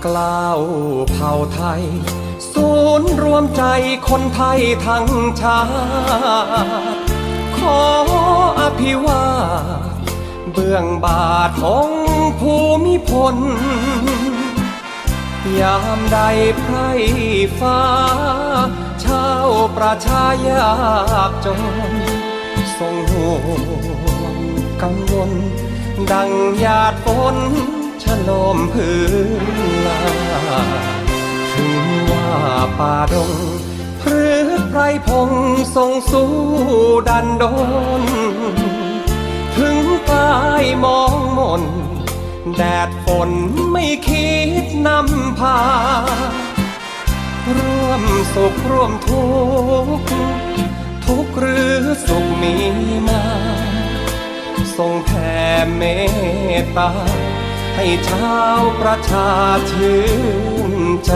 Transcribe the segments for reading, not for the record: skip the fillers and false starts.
กล้าวเผ่าไทยศูนย์รวมใจคนไทยทั้งชาติขออภิวาทเบื้องบาทของภูมิพลยามใดไพร่ฟ้าชาวประชายากจนทรงห่วงกังวลดังหยาดฝนฉโลมพื้นลาถึงว่าป่าดงพฤกษ์ไพรพงทรงสู้ดันดนถึงกายมองมนแดดฝนไม่คิดนำพาร่วมสุขร่วมทุกข์ทุกข์หรือสุขมีมาทรงแผ่เมตตาให้ชาวประชาชื่นใจ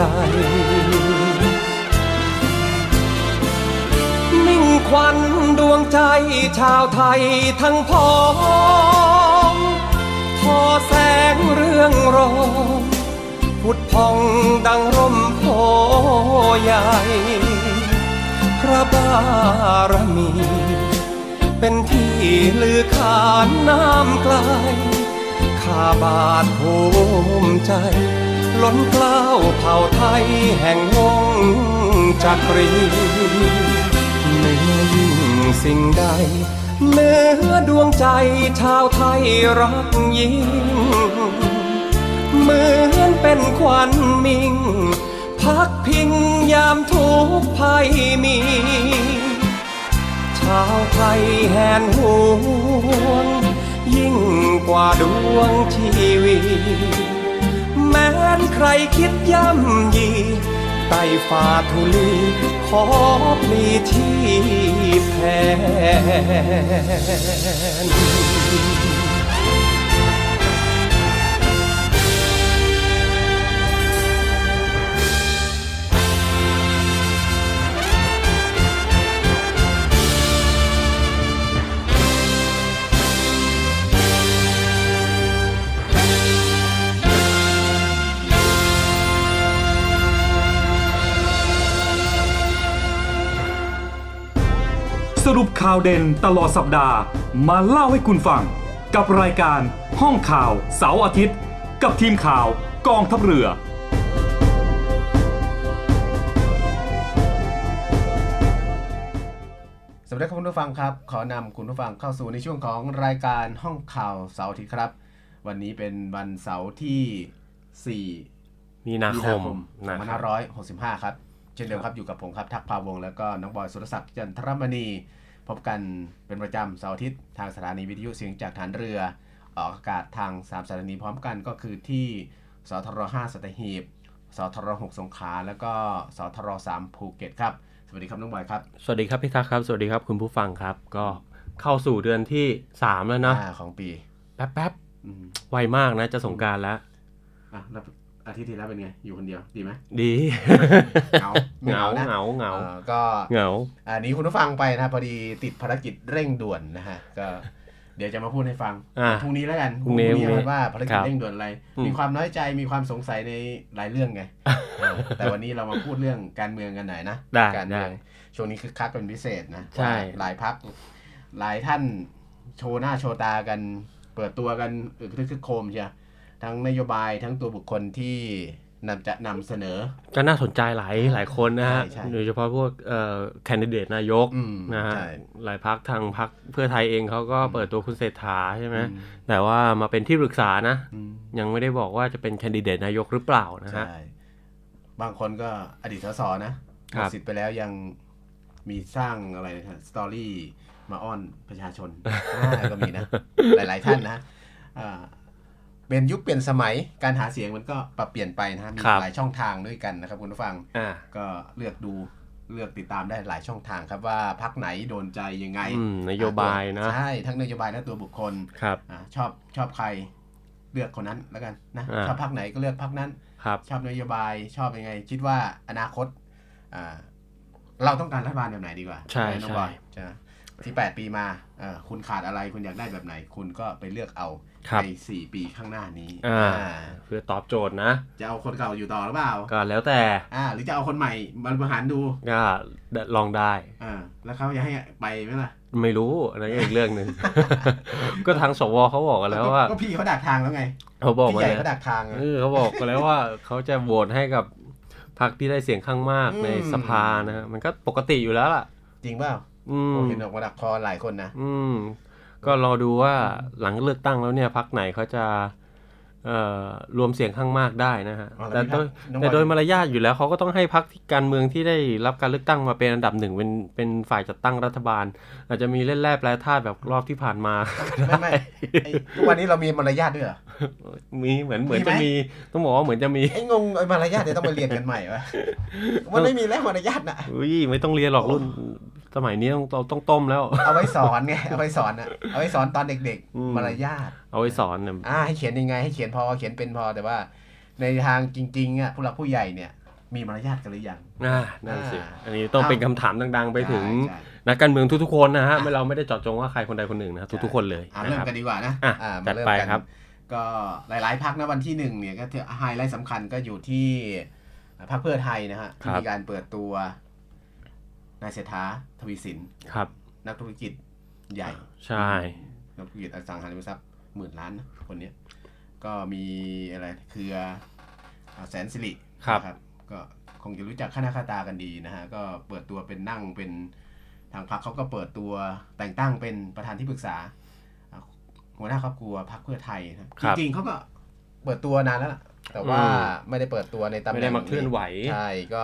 มิ่งขวัญดวงใจชาวไทยทั้งพ้องพอแสงเรื่องรองผุดพองดังร่มโพใหญ่พระบารมีเป็นที่ลือขานน้ำไกลข้าบาทภูมิใจล้นเกล้าเผ่าไทยแห่งวงจักรีเหนือยิ่งสิ่งใดเหนือดวงใจชาวไทยรักยิ่งเหมือนเป็นขวัญมิ่งพักพิงยามทุกข์ภัยมีชาวไทยแห่งห่วงยิ่งกว่าดวงชีวิตแม้นใครคิดย่ำยีใต้ฝ่าธุลีขอพลีที่แทนสรุปข่าวเด่นตลอดสัปดาห์มาเล่าให้คุณฟังกับรายการห้องข่าวเสาร์อาทิตย์กับทีมข่าวกองทัพเรือสวัสดีครับคุณผู้ฟังครับขอนำคุณผู้ฟังเข้าสู่ในช่วงของรายการห้องข่าวเสาร์อาทิตย์ครับวันนี้เป็นวันเสาร์ที่4มีนาคม2565ครับเช่นเดิมครับอยู่กับผมครับทักษ์ภาวงศ์แล้วก็น้องบอยสุรศักดิ์จันทรมณีพบกันเป็นประจำเสาร์อาทิตย์ทางสถานีวิทยุเสียงจากฐานเรือออกอากาศทาง3สถานีพร้อมกันก็คือที่สทร5สัตหีบสทร6สงขลาแล้วก็สทร3ภูเก็ตครับสวัสดีครับน้องบอยครับสวัสดีครับพี่ทักษ์ครับสวัสดีครับคุณผู้ฟังครับก็เข้าสู่เดือนที่3แล้วนะของปีแป๊บๆไวมากนะจะสงกรานต์แล้วแล้วอาทิตย์ที่แล้วเป็นไงอยู่คนเดียวดีไหมดีเหงาก็เหงาอันนี้คุณผู้ฟังไปนะพอดีติดภารกิจเร่งด่วนนะฮะก็เดี๋ยวจะมาพูดให้ฟังพรุ่งนี้แล้วกันพรุ่งนี้ว่าภารกิจเร่งด่วนอะไรมีความน้อยใจมีความสงสัยในหลายเรื่องไงแต่วันนี้เรามาพูดเรื่องการเมืองกันหน่อยนะการเมืองช่วงนี้คึกคักเป็นพิเศษนะใช่หลายพรรคหลายท่านโชว์หน้าโชว์ตากันเปิดตัวกันคึกโคมใช่ทั้งนโยบายทั้งตัวบุคคลที่จะนำเสนอก็น่าสนใจหลายคนนะฮะโดยเฉพาะพวกแคนดิเดตนายกนะฮะหลายพรรคทางพรรคเพื่อไทยเองเขาก็เปิดตัวคุณเศรษฐาใช่ไหมแต่ว่ามาเป็นที่ปรึกษานะยังไม่ได้บอกว่าจะเป็นแคนดิเดตนายกหรือเปล่านะฮะบางคนก็อดีตสสนะหมดสิทธิ์ไปแล้วยังมีสร้างอะไรนะสตอรี่มาอ้อนประชาชนก็มีนะหลายๆท่านนะเป็นยุคเปลี่ยนสมัยการหาเสียงมันก็ปรับเปลี่ยนไปนะมีหลายช่องทางด้วยกันนะครับคุณผู้ฟังก็เลือกติดตามได้หลายช่องทางครับว่าพรรคไหนโดนใจยังไงนโยบายนะใช่ทั้งนโยบายและตัวบุคคลชอบใครเลือกคนนั้นแล้วกันนะชอบพรรคไหนก็เลือกพรรคนั้นชอบนโยบายชอบยังไงคิดว่าอนาคตเราต้องการรัฐบาลแบบไหนดีกว่าใช่น้องบอย 18 ปีมาคุณขาดอะไรคุณอยากได้แบบไหนคุณก็ไปเลือกเอาใน4 ปีข้างหน้านี้เพื่อตอบโจทย์นะจะเอาคนเก่าอยู่ต่อหรือเปล่าก็แล้วแต่หรือจะเอาคนใหม่มาบริหารดูก็ลองได้แล้วเขาจะให้ไปไหมล่ะไม่รู้อันนั้นอีกเรื่องนึง ก็ทางสวเขาบอกกันแล้วว่าก็พี่เขาดักทางแล้วไงเขาบอกพี่ใหญ่เขาดักทางเขาบอกกันแล้วว่าเขาจะโหวตให้กับพรรคที่ได้เสียงข้างมากในสภานะฮะมันก็ปกติอยู่แล้วล่ะจริงเปล่าเห็นออกมาดักคอหลายคนนะก็รอดูว่าหลังเลือกตั้งแล้วเนี่ยพรรคไหนเขาจะรวมเสียงข้างมากได้นะฮะแต่โดยมารยาทอยู่แล้วเขาก็ต้องให้พรรคการเมืองที่ได้รับการเลือกตั้งมาเป็นอันดับหนึ่งเป็นฝ่ายจัดตั้งรัฐบาลอาจจะมีเล่นแร่แปรธาตุแบบรอบที่ผ่านมาไม่ทุกวันนี้เรามีมารยาทด้วยเหรอมีเหมือนจะมีต้องบอกว่าเหมือนจะมีงงมารยาทเดี๋ยวต้องไปเรียนกันใหม่วะมันไม่มีแล้วมารยาทนะไม่ต้องเรียนหรอกรุ่นสมัยนี้ต้องต้มแล้วเอาไว้สอนไงเอาไว้สอนเอาไว้สอนตอนเด็กๆมารยาทเอาไว้สอนให้เขียนยังไงให้เขียนพอเขียนเป็นพอแต่ว่าในทางจริงๆผู้หลักผู้ใหญ่เนี่ยมีมารยาทกันหรือยังนั่นสิอันนี้ต้องเป็นคำถามดังๆไปถึงนักการเมืองทุกๆคนนะฮะเราไม่ได้เจาะจงว่าใครคนใดคนหนึ่งนะทุกๆคนเลยเริ่มกันดีกว่านะจัดไปครับก็หลายๆพรรคนะวันที่1เนี่ยก็ไฮไลท์สำคัญก็อยู่ที่พรรคเพื่อไทยนะฮะที่มีการเปิดตัวนายเศรษฐาทวีสินครับนักธุรกิจใหญ่ใช่นักธุรกิจอสังหาริมทรัพย์10,000 ล้านนะคนนี้ก็มีอะไรเครือแสนสิริครับก็คงจะรู้จักค่าหน้าค่าตากันดีนะฮะก็เปิดตัวเป็นนั่งเป็นทางพรรคเขาก็เปิดตัวแต่งตั้งเป็นประธานที่ปรึกษาหัวหน้าครอบครัวพรรคเพื่อไทยนะจริงๆเขาก็เปิดตัวนานแล้วแต่ว่าไม่ได้เปิดตัวในตำแหน่งไม่ได้มาเคลื่อนไหวใช่ก็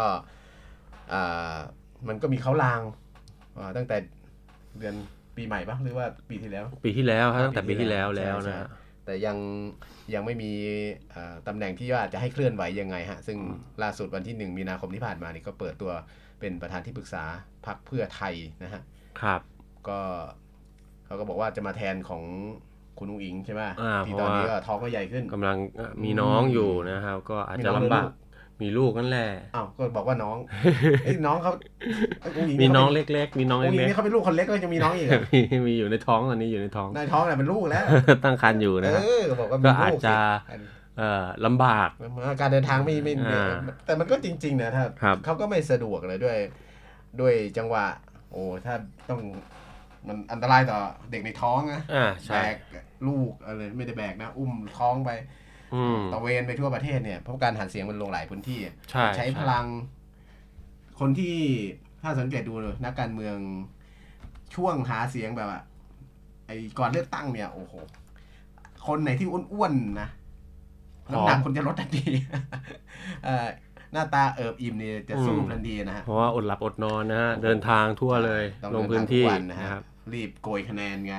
มันก็มีเขาลางตั้งแต่เดือนปีใหม่ปะหรือว่าปีที่แล้วตั้งแต่ปีที่แล้วนะแต่ยังไม่มีตำแหน่งที่ว่าจะให้เคลื่อนไหวยังไงฮะซึ่งล่าสุดวันที่1 มีนาคมที่ผ่านมานี่ก็เปิดตัวเป็นประธานที่ปรึกษาพรรคเพื่อไทยนะฮะครับก็เขาก็บอกว่าจะมาแทนของคุณอุ้งอิงใช่ไหมที่ตอนนี้ก็ท้องก็ใหญ่ขึ้นกำลังมีน้องอยู่นะครับก็อาจจะลำบากมีลูกนั่นแหละก็บอกว่าน้องน้องเขามีน้องเล็กๆมีน้องเล็กๆนี่เขาเป็นลูกคนเล็กก็จะมีน้องอีกมีอยู่ในท้องตอนนี้อยู่ในท้องแหละเป็นลูกแล้วตั้งครรภ์อยู่นะครับก็อาจจะลำบากการเดินทางไม่แต่มันก็จริงๆนะถ้าเขาก็ไม่สะดวกเลยด้วยจังหวะถ้าต้องมันอันตรายต่อเด็กในท้องนะแบกลูกอะไรไม่ได้แบกนะอุ้มท้องไปตะเวนไปทั่วประเทศเนี่ยเพราะการหาเสียงมันลงหลายพื้นที่ใช้พลังคนที่ถ้าสังเกตดูนักการเมืองช่วงหาเสียงแบบก่อนเลือกตั้งเนี่ยโอ้โหคนไหนที่อ้วนๆนะน้ำหนักคนจะลดทันทีหน้าตาเอิบอิ่มเนี่ยจะสู้ทันทีนะฮะเพราะว่าอดหลับอดนอนนะฮะเดินทางทั่วเลยลงพื้นที่นะครับรีบโกยคะแนนไง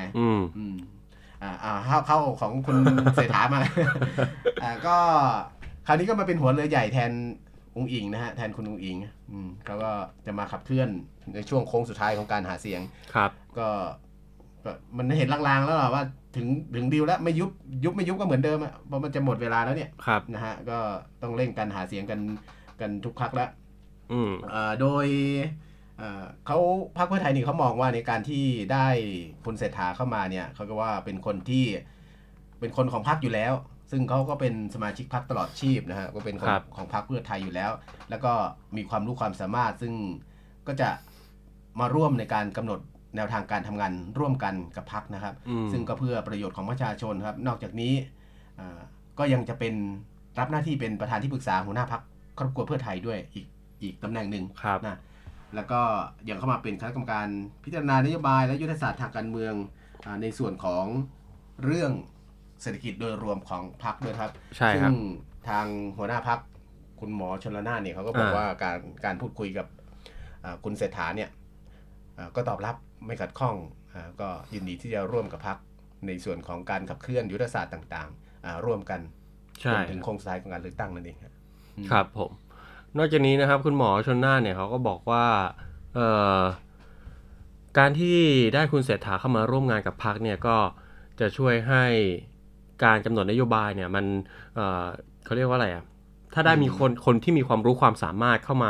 เข้าของคุณเศรษฐามาก็คราวนี้ก็มาเป็นหัวเรือใหญ่แทนอุ้งอิงนะฮะแทนคุณอุ้งอิงเขาก็จะมาขับเคลื่อนในช่วงโค้งสุดท้ายของการหาเสียงครับก็มันเห็นลางๆแล้วว่าถึงดีลแล้วไม่ยุบไม่ยุบก็เหมือนเดิมเพราะมันจะหมดเวลาแล้วเนี่ยนะฮะก็ต้องเร่งการหาเสียงกันทุกพรรคแล้วโดยเขาพรรคเพื่อไทยนี่เขามองว่าในการที่ได้คุณเศรษฐาเข้ามาเนี่ยเขาก็ว่าเป็นคนที่เป็นคนของพรรคอยู่แล้วซึ่งเขาก็เป็นสมาชิกพรรคตลอดชีพนะฮะก็เป็นคนของพรรคเพื่อไทยอยู่แล้วแล้วก็มีความรู้ความสามารถซึ่งก็จะมาร่วมในการกำหนดแนวทางการทำงานร่วมกันกับพรรคนะครับซึ่งก็เพื่อประโยชน์ของประชาชนครับนอกจากนี้ก็ยังจะเป็นรับหน้าที่เป็นประธานที่ปรึกษาหัวหน้าพรรคครอบครัวเพื่อไทยด้วยอีกตำแหน่งหนึ่งนะแล้วก็ยังเข้ามาเป็นคณะกรรมการพิจารณานโยบายและยุทธศาสตร์ทางการเมืองในส่วนของเรื่องเศรษฐกิจโดยรวมของพรรคด้วยครับซึ่งทางหัวหน้าพรรคคุณหมอชลนานเนี่ยเขาก็บอกว่าการพูดคุยกับคุณเศรษฐาเนี่ยก็ตอบรับไม่ขัดข้องก็ยินดีที่จะร่วมกับพรรคในส่วนของการขับเคลื่อนยุทธศาสตร์ต่างๆร่วมกันจนถึงโค้งสุดท้ายของการเลือกตั้งนั่นเองครับผมนอกจากนี้นะครับคุณหมอชลน่านเนี่ยเขาก็บอกว่าการที่ได้คุณเศรษฐาเข้ามาร่วมงานกับพรรคเนี่ยก็จะช่วยให้การกำหนดนโยบายเนี่ยมันเขาเรียกว่าอะไรถ้าได้มีคนที่มีความรู้ความสามารถเข้ามา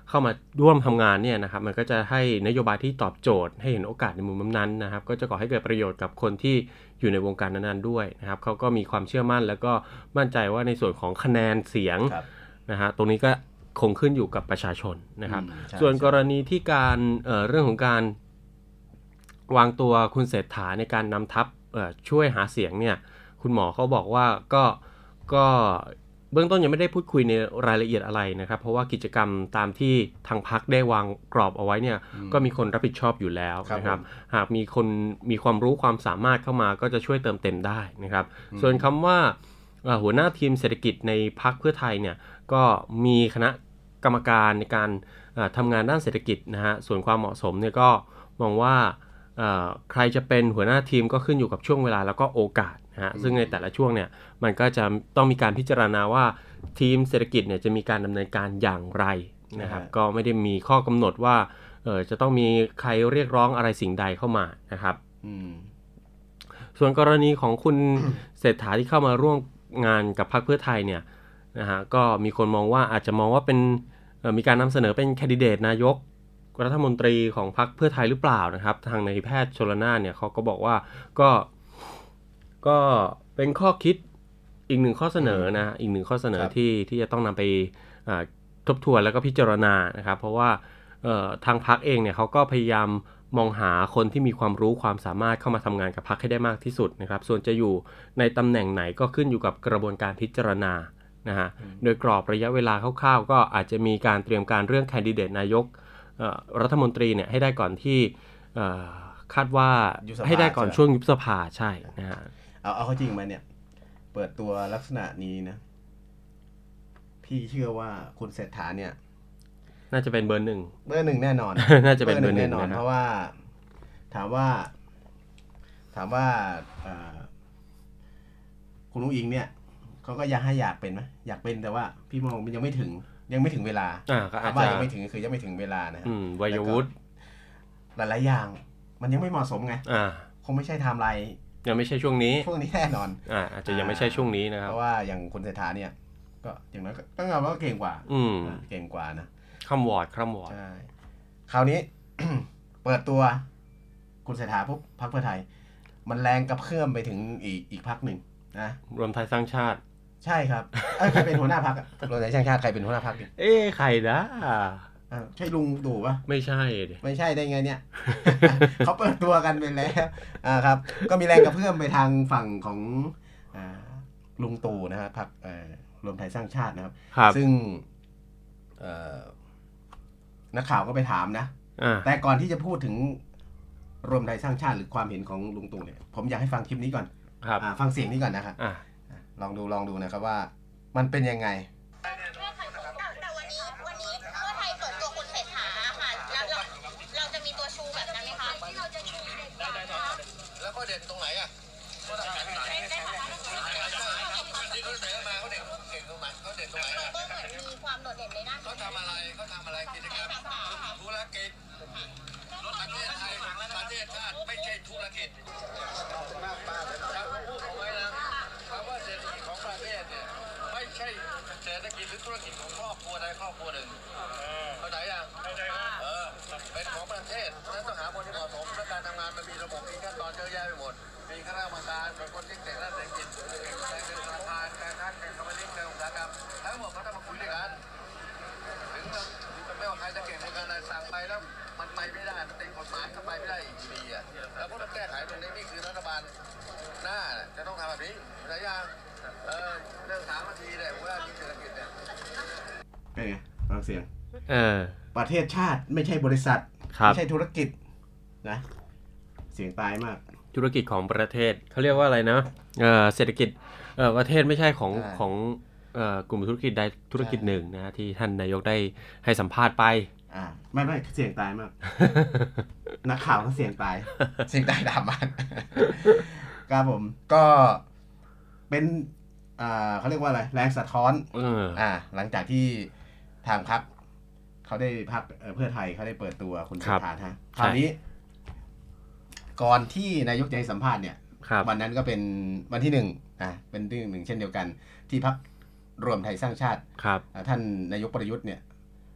เข้ามาร่วมทำงานเนี่ยนะครับมันก็จะให้นโยบายที่ตอบโจทย์ให้เห็นโอกาสในมุมนั้นๆนะครับก็จะก่อให้เกิดประโยชน์กับคนที่อยู่ในวงการนั้นๆด้วยนะครับเขาก็มีความเชื่อมั่นแล้วก็มั่นใจว่าในส่วนของคะแนนเสียงนะฮะตรงนี้ก็คงขึ้นอยู่กับประชาชนนะครับส่วนกรณีที่การเรื่องของการวางตัวคุณเศรษฐาในการนำทัพช่วยหาเสียงเนี่ยคุณหมอเขาบอกว่าก็เบื้องต้นยังไม่ได้พูดคุยในรายละเอียดอะไรนะครับเพราะว่ากิจกรรมตามที่ทางพรรคได้วางกรอบเอาไว้เนี่ยก็มีคนรับผิดชอบอยู่แล้วนะครับหากมีคนมีความรู้ความสามารถเข้ามาก็จะช่วยเติมเต็มได้นะครับส่วนคำว่าหัวหน้าทีมเศรษฐกิจในพรรคเพื่อไทยเนี่ยก็มีคณะกรรมการในการทำงานด้านเศรษฐกิจนะฮะส่วนความเหมาะสมเนี่ยก็มองว่าใครจะเป็นหัวหน้าทีมก็ขึ้นอยู่กับช่วงเวลาแล้วก็โอกาสนะฮะซึ่งในแต่ละช่วงเนี่ยมันก็จะต้องมีการพิจารณาว่าทีมเศรษฐกิจเนี่ยจะมีการดำเนินการอย่างไรนะครับก็ไม่ได้มีข้อกำหนดว่าจะต้องมีใครเรียกร้องอะไรสิ่งใดเข้ามานะครับส่วนกรณีของคุณเศรษฐาที่เข้ามาร่วมงานกับพรรคเพื่อไทยเนี่ยนะฮะก็มีคนมองว่าอาจจะมองว่าเป็นมีการนำเสนอเป็นแคนดิเดตนายกรัฐมนตรีของพรรคเพื่อไทยหรือเปล่านะครับทางนายแพทย์ชลนานเนี่ยเขาก็บอกว่าก็เป็นข้อคิดอีกหนึ่งข้อเสนอนะอีกหนึ่งข้อเสนอที่จะต้องนำไปทบทวนแล้วก็พิจารณานะครับเพราะว่าทางพรรคเองเนี่ยเขาก็พยายามมองหาคนที่มีความรู้ความสามารถเข้ามาทำงานกับพรรคให้ได้มากที่สุดนะครับส่วนจะอยู่ในตำแหน่งไหนก็ขึ้นอยู่กับกระบวนการพิจารณานะฮะโดยกรอบระยะเวลาคร่าวๆก็อาจจะมีการเตรียมการเรื่องแคนดิเดตนายกรัฐมนตรีเนี่ยให้ได้ก่อนที่คาดว่าให้ได้ก่อนช่วงยุบสภาใช่นะฮะเอาเข้าจริงมาเนี่ยเปิดตัวลักษณะนี้นะพี่เชื่อว่าคุณเศรษฐาเนี่ยน่าจะเป็นเบอร์หนึ่งแน่นอนน่าจะเป็นเบอร์หนึ่งแน่นอนเพราะว่าถามว่าคุณนุ้งอิงเนี่ยเขาก็อยากเป็นไหมอยากเป็นแต่ว่าพี่มองมันยังไม่ถึงเวลาถามว่ายังไม่ถึงคือยังไม่ถึงเวลานะวัยวุฒิหลายๆอย่างมันยังไม่เหมาะสมไงคงไม่ใช่ไทม์ไลน์ยังไม่ใช่ช่วงนี้แน่นอนอาจจะยังไม่ใช่ช่วงนี้นะครับเพราะว่าอย่างคุณเศรษฐาเนี่ยก็อย่างนั้นก็เงาว่าเก่งกว่านะคำวอร์ดใช่คราวนี้ เปิดตัวคุณเศรษฐาปุ๊บพรรคเพื่อไทยมันแรงกระเพื่อมไปถึงอีกพรรคหนึ่งนะรวมไทยสร้างชาติใช่ครับใครเป็นหัวหน้าพรรครวมไทยสร้างชาติใครเป็นหัวหน้าพรรคใครนะใช่ลุงตู่ปะไม่ใช่ได้ไงเนี่ย เขาเปิดตัวกันไปแล้วครับก็มีแรงกระเพื่อมไปทางฝั่งของลุงตู่นะครับพรรครวมไทยสร้างชาตินะครับซึ่งนักข่าวก็ไปถามนะแต่ก่อนที่จะพูดถึงรวมไทยสร้างชาติหรือความเห็นของลุงตู่เนี่ยผมอยากให้ฟังคลิปนี้ก่อนฟังเสียงนี้ก่อนนะครับลองดูนะครับว่ามันเป็นยังไงแต่วันนี้เพื่อไทยเปิดตัวคุณเศรษฐาค่ะแล้วเราจะมีตัวชูแบบนั้นไหมคะที่เราจะชูเด่นแล้วก็เด่นตรงไหนอ่ะที่เขาเสนอมาเขาเด่นตรงไหนก็เหมือนมีความโดดเด่นในด้านเขาทำอะไรกิจกรรมธุรกิจประเทศไทยประเทศชาติไม่ใช่ธุรกิจพูดเอาไว้นะคำว่าเศรษฐกิจของประเทศเนี่ยไม่ใช่เศรษฐกิจหรือธุรกิจของครอบครัวใดครอบครัวหนึ่งเข้าใจยังเป็นของประเทศนั้นต้องหาคนที่เหมาะสมและการทำงานมันมีระบบมีขั้นตอนเยอะแยะไปหมดมีคณะกรรมการเป็นคนที่เก่งด้านเศรษฐกิจเก่งในธนาคารการค้าเก่งกรรมนิการอุตสาหกรรมทั้งหมดเขาต้องมาคุยด้วยกันถึงไม่ว่าใครจะเก่งในการสั่งไปแล้วมันไปไม่ได้มันติดกฎหมายก็ไปไม่ได้อีกปีอ่ะแล้วก็ต้องแก้ไขตรงนี้นี่คือรัฐบาลหน้าจะต้องทำแบบนี้หลายอย่างเรื่อง3 นาทีเนี่ยว่าที่เศรษฐกิจเนี่ยเป็นไงฟังเสียงประเทศชาติไม่ใช่บริษัทไม่ใช่ธุรกิจนะเสียงตายมากธุรกิจของประเทศเขาเรียกว่าอะไรนะเศรษฐกิจประเทศไม่ใช่ของกลุ่มธุรกิจใดธุรกิจหนึ่งนะที่ท่านนายกได้ให้สัมภาษณ์ไปไม่เสียงตายมาก นักข่าวก็เสียงตายดำมากครับผมก็เป็นเขาเรียกว่าอะไรแรงสะท้อนหลังจากที่ทางพรรคเขาได้พรรคเพื่อไทยเขาได้เปิดตัวคุณเศรษฐาคราวนี้ก่อนที่นายกจะให้สัมภาษณ์เนี่ยวันนั้นก็เป็นวันที่1เป็นที่1เช่นเดียวกันที่พรรครวมไทยสร้างชาติท่านนายกประยุทธ์เนี่ย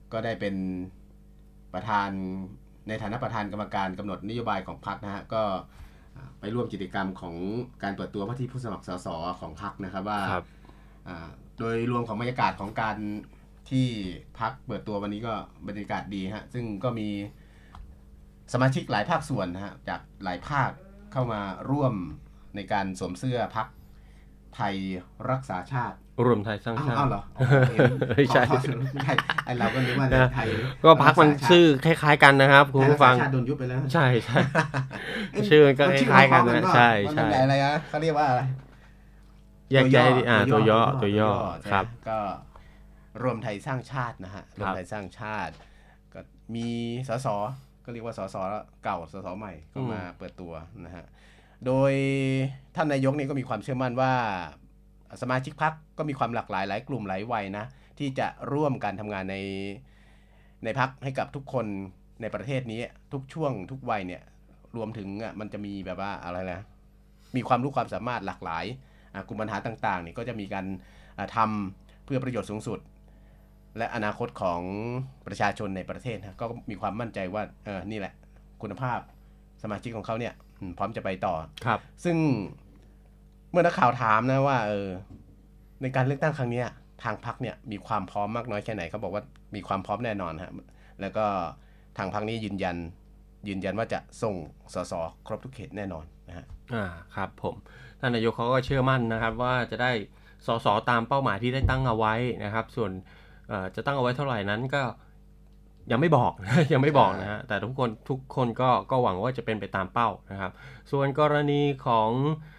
ก็ได้เป็นประธานในฐานะประธานกรรมการกำหนดนโยบายของพรรคนะฮะก็ไปร่วมกิจกรรมของการเปิดตัวว่าที่ผู้สมัครสสของพรรคนะครับว่าโดยรวมของบรรยากาศของการที่พรรคเปิดตัววันนี้ก็บรรยากาศดีฮะซึ่งก็มีสมาชิกหลายภาคส่วนนะฮะจากหลายภาคเข้ามาร่วมในการสวมเสื้อพรรคไทยรักษาชาติรวมไทยสร้างชาติเหรอไม่ใช่ไอเราก็นึกว่าไทยก็พรรคมันชื่อคล้ายๆกันนะครับคุณผู้ฟังชาติโดนยุบไปแล้วใช่ใช่ชื่อก็คล้ายๆกันนะใช่ใช่อะไรนะเขาเรียกว่าอะไรแยกแยะตัวย่อครับก็รวมไทยสร้างชาตินะฮะรวมไทยสร้างชาติก็มีสสก็เรียกว่าสสเก่าสสใหม่ก็มาเปิดตัวนะฮะโดยท่านนายกนี่ก็มีความเชื่อมั่นว่าสมาชิกพรรคก็มีความหลากหลายหลายกลุ่มหลายวัยนะที่จะร่วมกันทำงานในพรรคให้กับทุกคนในประเทศนี้ทุกช่วงทุกวัยเนี่ยรวมถึงมันจะมีแบบว่าอะไรนะมีความรู้ความสามารถหลากหลายกลุ่มปัญหาต่างๆนี่ก็จะมีการทำเพื่อประโยชน์สูงสุดและอนาคตของประชาชนในประเทศนะก็มีความมั่นใจว่านี่แหละคุณภาพสมาชิกของเขาเนี่ยพร้อมจะไปต่อครับซึ่งเมื่อนักข่าวถามนะว่าในการเลือกตั้งครั้งนี้ทางพรรคเนี่ยมีความพร้อมมากน้อยแค่ไหนเขาบอกว่ามีความพร้อมแน่นอนฮะแล้วก็ทางพรรคนี้ยืนยันว่าจะส่งสสครบทุกเขตแน่นอนนะฮะครับผมท่านนายกเขาก็เชื่อมั่นนะครับว่าจะได้สสตามเป้าหมายที่ได้ตั้งเอาไว้นะครับส่วนจะตั้งเอาไว้เท่าไหร่นั้นก็ยังไม่บอกนะฮะแต่ทุกคนก็หวังว่าจะเป็นไปตามเป้านะครับส่วนกรณีของ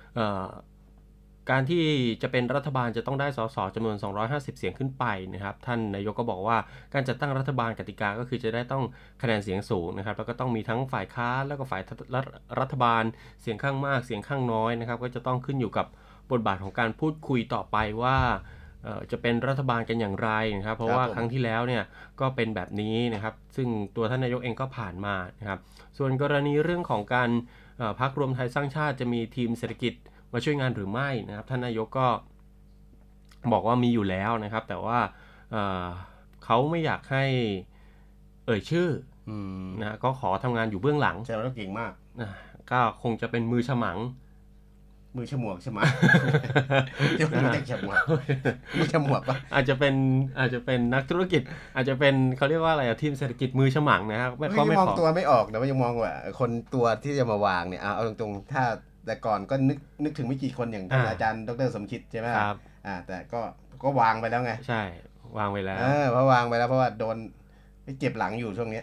การที่จะเป็นรัฐบาลจะต้องได้สสจำนวน250เสียงขึ้นไปนะครับท่านนายกก็บอกว่าการจัดตั้งรัฐบาลกติกาก็คือจะได้ต้องคะแนนเสียงสูงนะครับแล้วก็ต้องมีทั้งฝ่ายค้านแล้วก็ฝ่ายรัฐบาลเสียงข้างมากเสียงข้างน้อยนะครับก็จะต้องขึ้นอยู่กับบทบาทของการพูดคุยต่อไปว่าจะเป็นรัฐบาลกันอย่างไรนะครับเพราะว่าครั้งที่แล้วเนี่ยก็เป็นแบบนี้นะครับซึ่งตัวท่านนายกเองก็ผ่านมานะครับส่วนกรณีเรื่องของการพรรครวมไทยสร้างชาติจะมีทีมเศรษฐกิจมาช่วยงานหรือไม่นะครับท่านนายกก็บอกว่ามีอยู่แล้วนะครับแต่ว่าเขาไม่อยากให้ชื่อนะก็ขอทำงานอยู่เบื้องหลังใช่แล้วเก่งมากก็คงจะเป็นมือฉมังมือฉมวกใช่ไหมจะไม่ใช่ฉมวกมือฉมวกป่ะอาจจะเป็นนักธุรกิจอาจจะเป็นเขาเรียกว่าอะไรทีมเศรษฐกิจมือฉมังนะครับไม่มองตัวไม่ออกแต่ว่ายังมองว่าคนตัวที่จะมาวางเนี่ยเอาตรงๆถ้าแต่ก่อนก็นึกถึงไม่กี่คนอย่างท่านอาจารย์ดร.สมคิดใช่ไหมครับแต่ก็วางไปแล้วไงใช่วางไปแล้วเพราะวางไปแล้วเพราะว่าโดนเจ็บหลังอยู่ช่วงนี้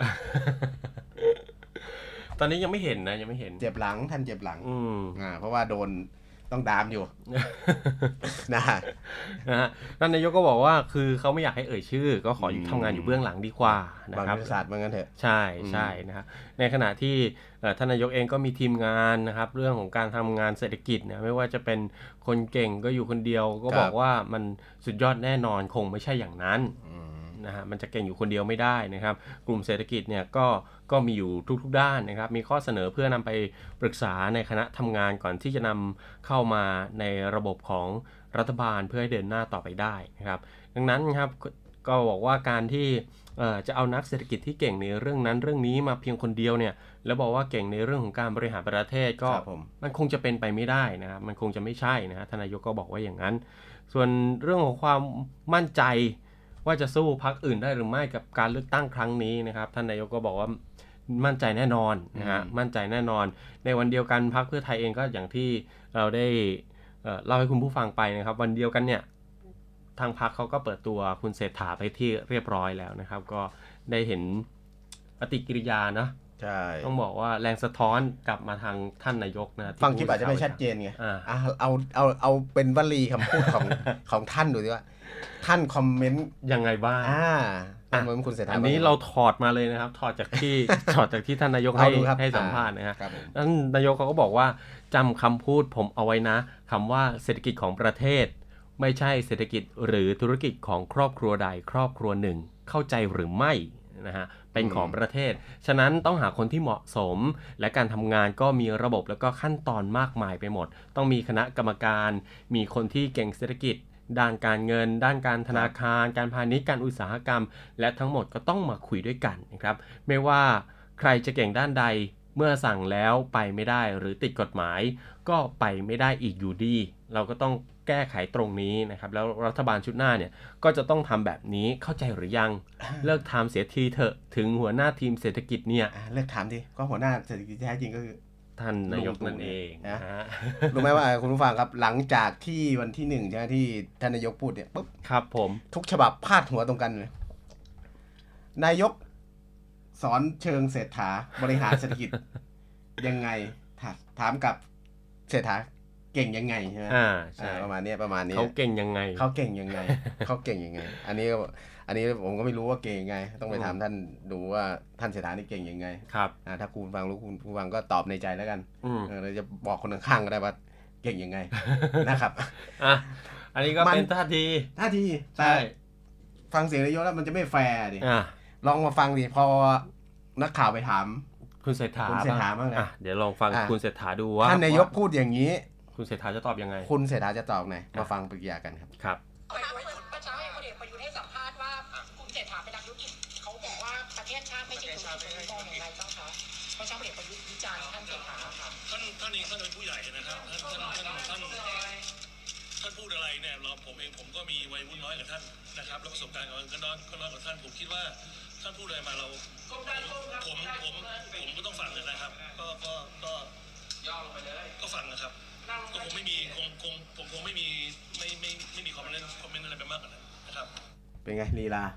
ตอนนี้ยังไม่เห็นนะยังไม่เห็นเจ็บหลังท่านเจ็บหลังเพราะว่าโดนต้องดามอยู่นะฮะท่านนายกก็บอกว่าคือเขาไม่อยากให้ชื่อก็ขอทำงานอยู่เบื้องหลังดีกว่านะครับบางศาสตร์ว่างั้นเถอะใช่นะครับในขณะที่ท่านนายกเองก็มีทีมงานนะครับเรื่องของการทำงานเศรษฐกิจเนี่ยไม่ว่าจะเป็นคนเก่งก็อยู่คนเดียวก็บอกว่ามันสุดยอดแน่นอนคงไม่ใช่อย่างนั้นนะฮะมันจะเก่งอยู่คนเดียวไม่ได้นะครับกลุ่มเศรษฐกิจเนี่ยก็มีอยู่ทุกด้านนะครับมีข้อเสนอเพื่อนำไปปรึกษาในคณะทำงานก่อนที่จะนำเข้ามาในระบบของรัฐบาลเพื่อให้เดินหน้าต่อไปได้นะครับดังนั้นครับก็บอกว่าการที่จะเอานักเศรษฐกิจที่เก่งในเรื่องนั้นเรื่องนี้มาเพียงคนเดียวเนี่ยแล้วบอกว่าเก่งในเรื่องของการบริหารประเทศก็มันคงจะเป็นไปไม่ได้นะครับมันคงจะไม่ใช่นะฮะท่านนายกก็บอกว่าอย่างนั้นส่วนเรื่องของความมั่นใจว่าจะสู้พรรคอื่นได้หรือไม่กับการเลือกตั้งครั้งนี้นะครับท่านนายกก็บอกว่ามั่นใจแน่นอนนะฮะมั่นใจแน่นอนในวันเดียวกันพรรคเพื่อไทยเองก็อย่างที่เราได้เล่าให้คุณผู้ฟังไปนะครับวันเดียวกันเนี่ยทางพรรคเขาก็เปิดตัวคุณเศรษฐาไปที่เรียบร้อยแล้วนะครับก็ได้เห็นปฏิกิริยานะใช่ต้องบอกว่าแรงสะท้อนกลับมาทางท่านนายกนะฟังคลิปอาจจะไม่ชัดเจนไงเอาเป็นวลีคำพูดของท่านดูดิว่าท่านคอมเมนต์ยังไงบ้างเหมือนคุณเศรษฐาอันนี้เราถอดมาเลยนะครับถอดจากที่ท่านนายกให้สัมภาษณ์นะครับท่านนายกเขาก็บอกว่าจำคำพูดผมเอาไว้นะคำว่าเศรษฐกิจของประเทศไม่ใช่เศรษฐกิจหรือธุรกิจของครอบครัวใดครอบครัวหนึ่งเข้าใจหรือไม่นะฮะเป็นของประเทศฉะนั้นต้องหาคนที่เหมาะสมและการทำงานก็มีระบบแล้วก็ขั้นตอนมากมายไปหมดต้องมีคณะกรรมการมีคนที่เก่งเศรษฐกิจด้านการเงินด้านการธนาคารการพาณิชย์การอุตสาหกรรมและทั้งหมดก็ต้องมาคุยด้วยกันนะครับไม่ว่าใครจะเก่งด้านใดเมื่อสั่งแล้วไปไม่ได้หรือติดกฎหมายก็ไปไม่ได้อีกอยู่ดีเราก็ต้องแก้ไขตรงนี้นะครับแล้วรัฐบาลชุดหน้าเนี่ยก็จะต้องทำแบบนี้เข้าใจหรือยังเลิกทำเสียทีเถอะถึงหัวหน้าทีมเศรษฐกิจเนี่ยเลิกถามดิก็หัวหน้าเศรษฐกิจแท้จริงก็คือท่านนายกนั่นเองนะรู้ไหมว่าคุณผู้ฟังครับหลังจากที่วันที่1ใช่ไหมที่ท่านนายกพูดเนี่ยปุ๊บครับผมทุกฉบับพาดหัวตรงกันเลยนายกสอนเชิงเศรษฐาบริหารเศรษฐกิจยังไงถามกับเศรษฐาเก่งยังไงใช่ไหมใช่ประมาณนี้เขาเก่งยังไงอันนี้ผมก็ไม่รู้ว่าเก่งยังไงต้องไปถามท่านดูว่าท่านเศรษฐานี่เก่งยังไงครับถ้าคุณฟังรู้คุณฟังก็ตอบในใจแล้วกันเราจะบอกคนข้างๆก็ได้ว่าเก่งยังไงนะครับอันนี้ก็เป็นท่าทีใช่ฟังเสียงนายกแล้วมันจะไม่แฟร์ดิลองมาฟังดิพอนักข่าวไปถามคุณเศรษฐาบ้างเดี๋ยวลองฟังคุณเศรษฐาดูว่าท่านนายกพูดอย่างนี้คุณเศรษฐาจะตอบยังไงคุณเศรษฐาจะตอบไงมาฟังปฏิกิริยากันครับเมื่อเช้าพลเอกประยุทธ์ให้สัมภาษณ์ว่าคุณเศรษฐาเป็นนักธุรกิจเขาบอกว่าประเทศชาติไม่ใช่ธุรกิจมองอย่างไรบ้างคะเมื่อเช้าพลเอกประยุทธ์วิจารณ์ท่านเศรษฐาครับท่านเองท่านเป็นผู้ใหญ่นะครับท่านพูดอะไรเนี่ยผมก็มีวัยวุ่นน้อยกับท่านนะครับแล้วประสบการณ์ก็น้อยกับท่านผมคิดว่าท่านพูดอะไรมาเราผมก็ต้องฟังนะครับก็ฟังนะครับก็คงไม่มีผมคงไม่มีคอมเมนต์อะไรไปมากกว่านั้นนะครับเป็นไงลีลา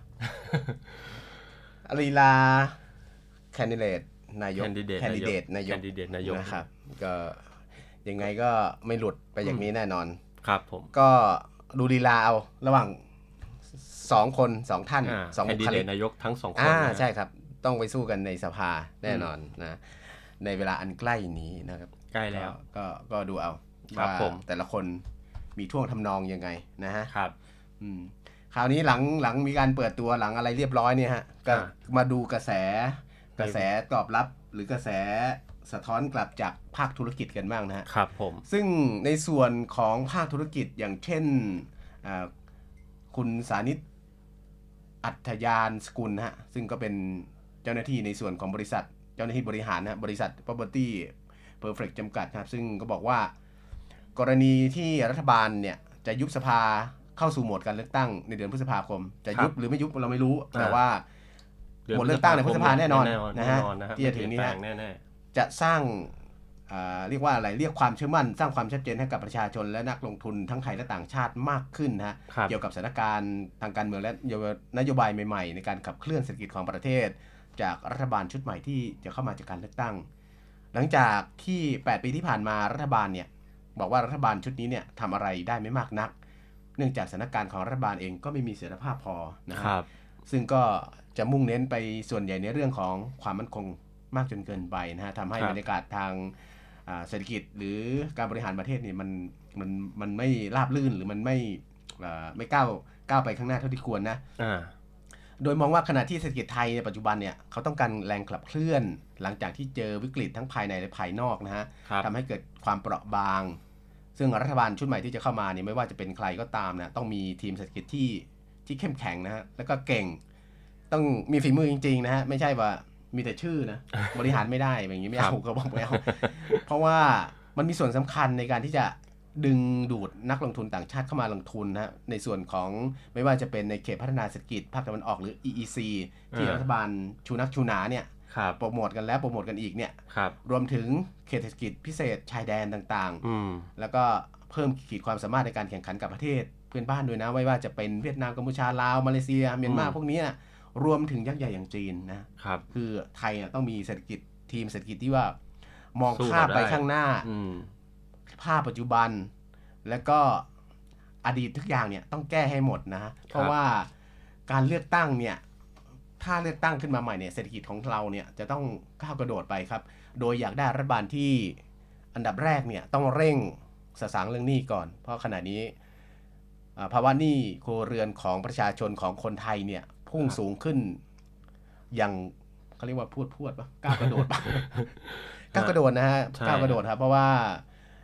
แคนดิเดตนายกนะครับก็ยังไงก็ไม่หลุดไปอย่างนี้แน่นอนครับผมก็ดูลีลาเอาระหว่าง2ท่าน 2แคนดิเดตนายกทั้ง2คนใช่ครับต้องไปสู้กันในสภาแน่นอนนะในเวลาอันใกล้นี้นะครับใกล้แล้วก็ดูเอาว่าแต่ละคนมีท่วงทำนองยังไงนะฮะครับคราวนี้หลังมีการเปิดตัวหลังอะไรเรียบร้อยเนี่ยฮะก็มาดูกระแสตอบรับหรือกระแสสะท้อนกลับจากภาคธุรกิจกันบ้างนะฮะครับผมซึ่งในส่วนของภาคธุรกิจอย่างเช่นคุณสานิตอัธยานสกุลฮะซึ่งก็เป็นเจ้าหน้าที่ในส่วนของบริษัทเจ้าหน้าที่บริหารนะบริษัท Property Perfect จำกัดครับซึ่งก็บอกว่ากรณีที่รัฐบาลเนี่ยจะยุบสภาเข้าสู่โหมดการเลือกตั้งในเดือนพฤษภาคมจะยุบหรือไม่ยุบเราไม่รู้แต่ว่าโหมดเลือกตั้งในพฤษภาแน่นอนนะฮะที่จะถึงนี้จะสร้างเรียกว่าอะไรเรียกความเชื่อมั่นสร้างความชัดเจนให้กับประชาชนและนักลงทุนทั้งไทยและต่างชาติมากขึ้นนะฮะเกี่ยวกับสถานการณ์ทางการเมืองและนโยบายใหม่ๆในการขับเคลื่อนเศรษฐกิจของประเทศจากรัฐบาลชุดใหม่ที่จะเข้ามาจากการเลือกตั้งหลังจากที่8ปีที่ผ่านมารัฐบาลเนี่ยบอกว่ารัฐบาลชุดนี้เนี่ยทำอะไรได้ไม่มากนักเนื่องจากสถานการณ์ของรัฐบาลเองก็ไม่มีเสถียรภาพพอนะครับซึ่งก็จะมุ่งเน้นไปส่วนใหญ่ในเรื่องของความมั่นคงมากจนเกินไปนะฮะทำให้บรรยากาศทางเศรษฐกิจหรือการบริหารประเทศเนี่ยมันไม่ราบรื่นหรือมันไม่ก้าวไปข้างหน้าเท่าที่ควรนะโดยมองว่าขณะที่เศรษฐกิจไทยในปัจจุบันเนี่ยเขาต้องการแรงขับเคลื่อนหลังจากที่เจอวิกฤตทั้งภายในและภายนอกนะฮะทำให้เกิดความเปราะบางซึ่งรัฐบาลชุดใหม่ที่จะเข้ามาเนี่ยไม่ว่าจะเป็นใครก็ตามนะต้องมีทีมเศรษฐกิจที่เข้มแข็งนะฮะแล้วก็เก่งต้องมีฝีมือจริงๆนะฮะไม่ใช่ว่ามีแต่ชื่อนะบริหารไม่ได้อย่างนี้ไม่เอาก็บอกไม่เอาเพราะว่ามันมีส่วนสำคัญในการที่จะดึงดูดนักลงทุนต่างชาติเข้ามาลงทุนนะในส่วนของไม่ว่าจะเป็นในเขตพัฒนาเศรษฐกิจภาคตะวันออกหรือ EEC ที่รัฐบาลชูนักชูหนาเนี่ยโปรโมทกันแล้วโปรโมทกันอีกเนี่ยรวมถึงเขตเศรษฐกิจพิเศษชายแดนต่างๆแล้วก็เพิ่มขีดความสามารถในการแข่งขันกับประเทศเพื่อนบ้านด้วยนะไม่ว่าจะเป็นเวียดนามกัมพูชาลาวมาเลเซียเมียนมาพวกนี้รวมถึงยักษ์ใหญ่อย่างจีนนะครับคือไทยต้องมีเศรษฐกิจทีมเศรษฐกิจที่ว่ามองภาพไปข้างหน้าภาพปัจจุบันแล้วก็อดีตทุกอย่างเนี่ยต้องแก้ให้หมดนะเพราะว่าการเลือกตั้งเนี่ยถ้าเลือกตั้งขึ้นมาใหม่เนี่ยเศรษฐกิจของเราเนี่ยจะต้องก้าวกระโดดไปครับโดยอยากได้รัฐบาลที่อันดับแรกเนี่ยต้องเร่งสะสางเรื่องหนี้ก่อนเพราะขณะนี้ภาวะหนี้ครัวเรือนของประชาชนของคนไทยเนี่ยพุ่งสูงขึ้นอย่างเขาเรียกว่าพวดป่ะก้าวกระโดดป่ะก้าวกระโดดนะฮะก้าวกระโดดครับเพราะว่า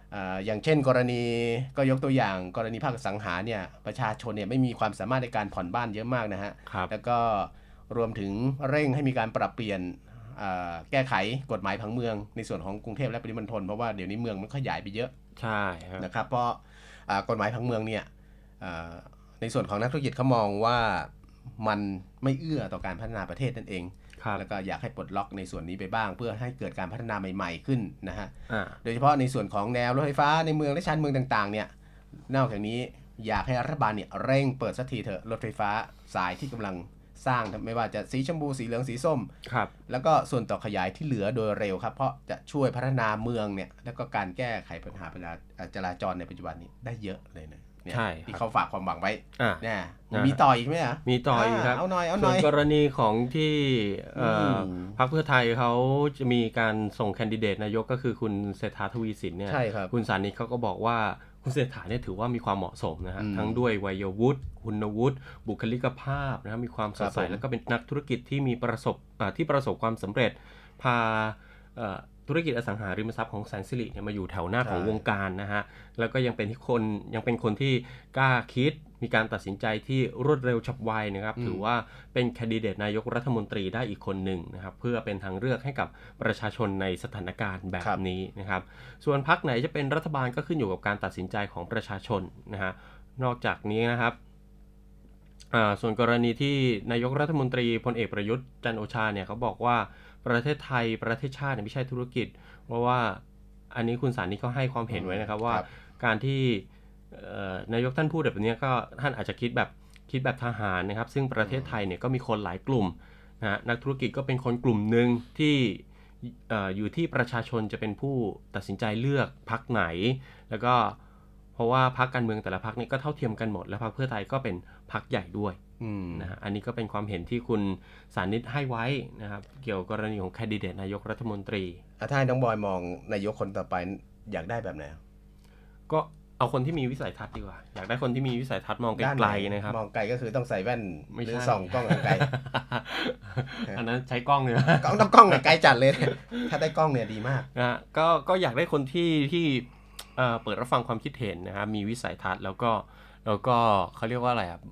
อย่างเช่นกรณีก็ยกตัวอย่างกรณีภาคอสังหาเนี่ยประชาชนเนี่ยไม่มีความสามารถในการผ่อนบ้านเยอะมากนะฮะแล้วก็รวมถึงเร่งให้มีการปรับเปลี่ยนแก้ไขกฎหมายผังเมืองในส่วนของกรุงเทพและปริมณฑลเพราะว่าเดี๋ยวนี้เมืองมันขยายไปเยอะใช่นะครับเพราะกฎหมายผังเมืองเนี่ยในส่วนของนักธุรกิจเขามองว่ามันไม่เอื้อต่อการพัฒนาประเทศนั่นเองแล้วก็อยากให้ปลดล็อกในส่วนนี้ไปบ้างเพื่อให้เกิดการพัฒนาใหม่ๆขึ้นนะฮะโดยเฉพาะในส่วนของแนวรถไฟฟ้าในเมืองและชานเมืองต่างๆเนี่ยนอกจากนี้อยากให้รัฐบาลเนี่ยเร่งเปิดสักทีเถอะรถไฟฟ้าสายที่กำลังสร้างไม่ว่าจะสีชมพูสีเหลืองสีส้มแล้วก็ส่วนต่อขยายที่เหลือโดยเร็วครับเพราะจะช่วยพัฒนาเมืองเนี่ยแล้วก็การแก้ไขปัญหาจราจรในปัจจุบันนี้ได้เยอะเลยนะใช่ที่เขาฝากความหวังไว้เนี่ยมีต่ออีกไหมมีต่ออีกครับเอาหน่อยส่วนกรณีของที่พรรคเพื่อไทยเขาจะมีการส่งแคนดิเดตนายกก็คือคุณเศรษฐาทวีสินเนี่ยคุณสานิตเขาก็บอกว่าคุณเศรษฐาเนี่ยถือว่ามีความเหมาะสมนะฮะทั้งด้วยวัยวุฒิคุณวุฒิบุคลิกภาพนะมีความสดใสแล้วก็เป็นนักธุรกิจที่มีประสบความสำเร็จพาธุรกิจอสังหาริมทรัพย์ของแสนสิริเนี่ยมาอยู่แถวหน้าของวงการนะฮะแล้วก็ยังเป็นคนที่กล้าคิดมีการตัดสินใจที่รวดเร็วฉับไวนะครับถือว่าเป็นแคนดิเดตนายกรัฐมนตรีได้อีกคนหนึ่งนะครับเพื่อเป็นทางเลือกให้กับประชาชนในสถานการณ์แบบนี้นะครับส่วนพรรคไหนจะเป็นรัฐบาลก็ขึ้นอยู่กับการตัดสินใจของประชาชนนะฮะนอกจากนี้นะครับส่วนกรณีที่นายกรัฐมนตรีพลเอกประยุทธ์จันทร์โอชาเนี่ยเขาบอกว่าประเทศไทยประเทศชาติไม่ใช่ธุรกิจเพราะว่าอันนี้คุณสานิตเขาให้ความเห็นไว้นะครับว่าการที่นายกท่านพูดแบบนี้ก็ท่านอาจจะคิดแบบทหารนะครับซึ่งประเทศไทยเนี่ยก็มีคนหลายกลุ่มนะนักธุรกิจก็เป็นคนกลุ่มหนึ่งที่อยู่ที่ประชาชนจะเป็นผู้ตัดสินใจเลือกพรรคไหนแล้วก็เพราะว่าพรรคการเมืองแต่ละพรรคนี่ก็เท่าเทียมกันหมดและพรรคเพื่อไทยก็เป็นพรรคใหญ่ด้วยนะฮะอันนี้ก็เป็นความเห็นที่คุณสานิตให้ไว้นะครับเกี่ยวกับกรณีของแคนดิเดตนายกรัฐมนตรีถ้าให้น้องบอยมองนายกคนต่อไปอยากได้แบบไหนก็เอาคนที่มีวิสัยทัศน์ดีกว่าอยากได้คนที่มีวิสัยทัศน์มองไกลๆนะครับมองไกลก็คือต้องใส่แว่นหรือส่องกล้องไกลอันนั้นใช้กล้องเลยต้องกล้องไกลจัดเลยถ้าได้กล้องเนี่ยดีมากนะก็อยากได้คนที่เปิดรับฟังความคิดเห็นนะครับมีวิสัยทัศน์แล้วก็เขาเรียกว่าอะไรครับ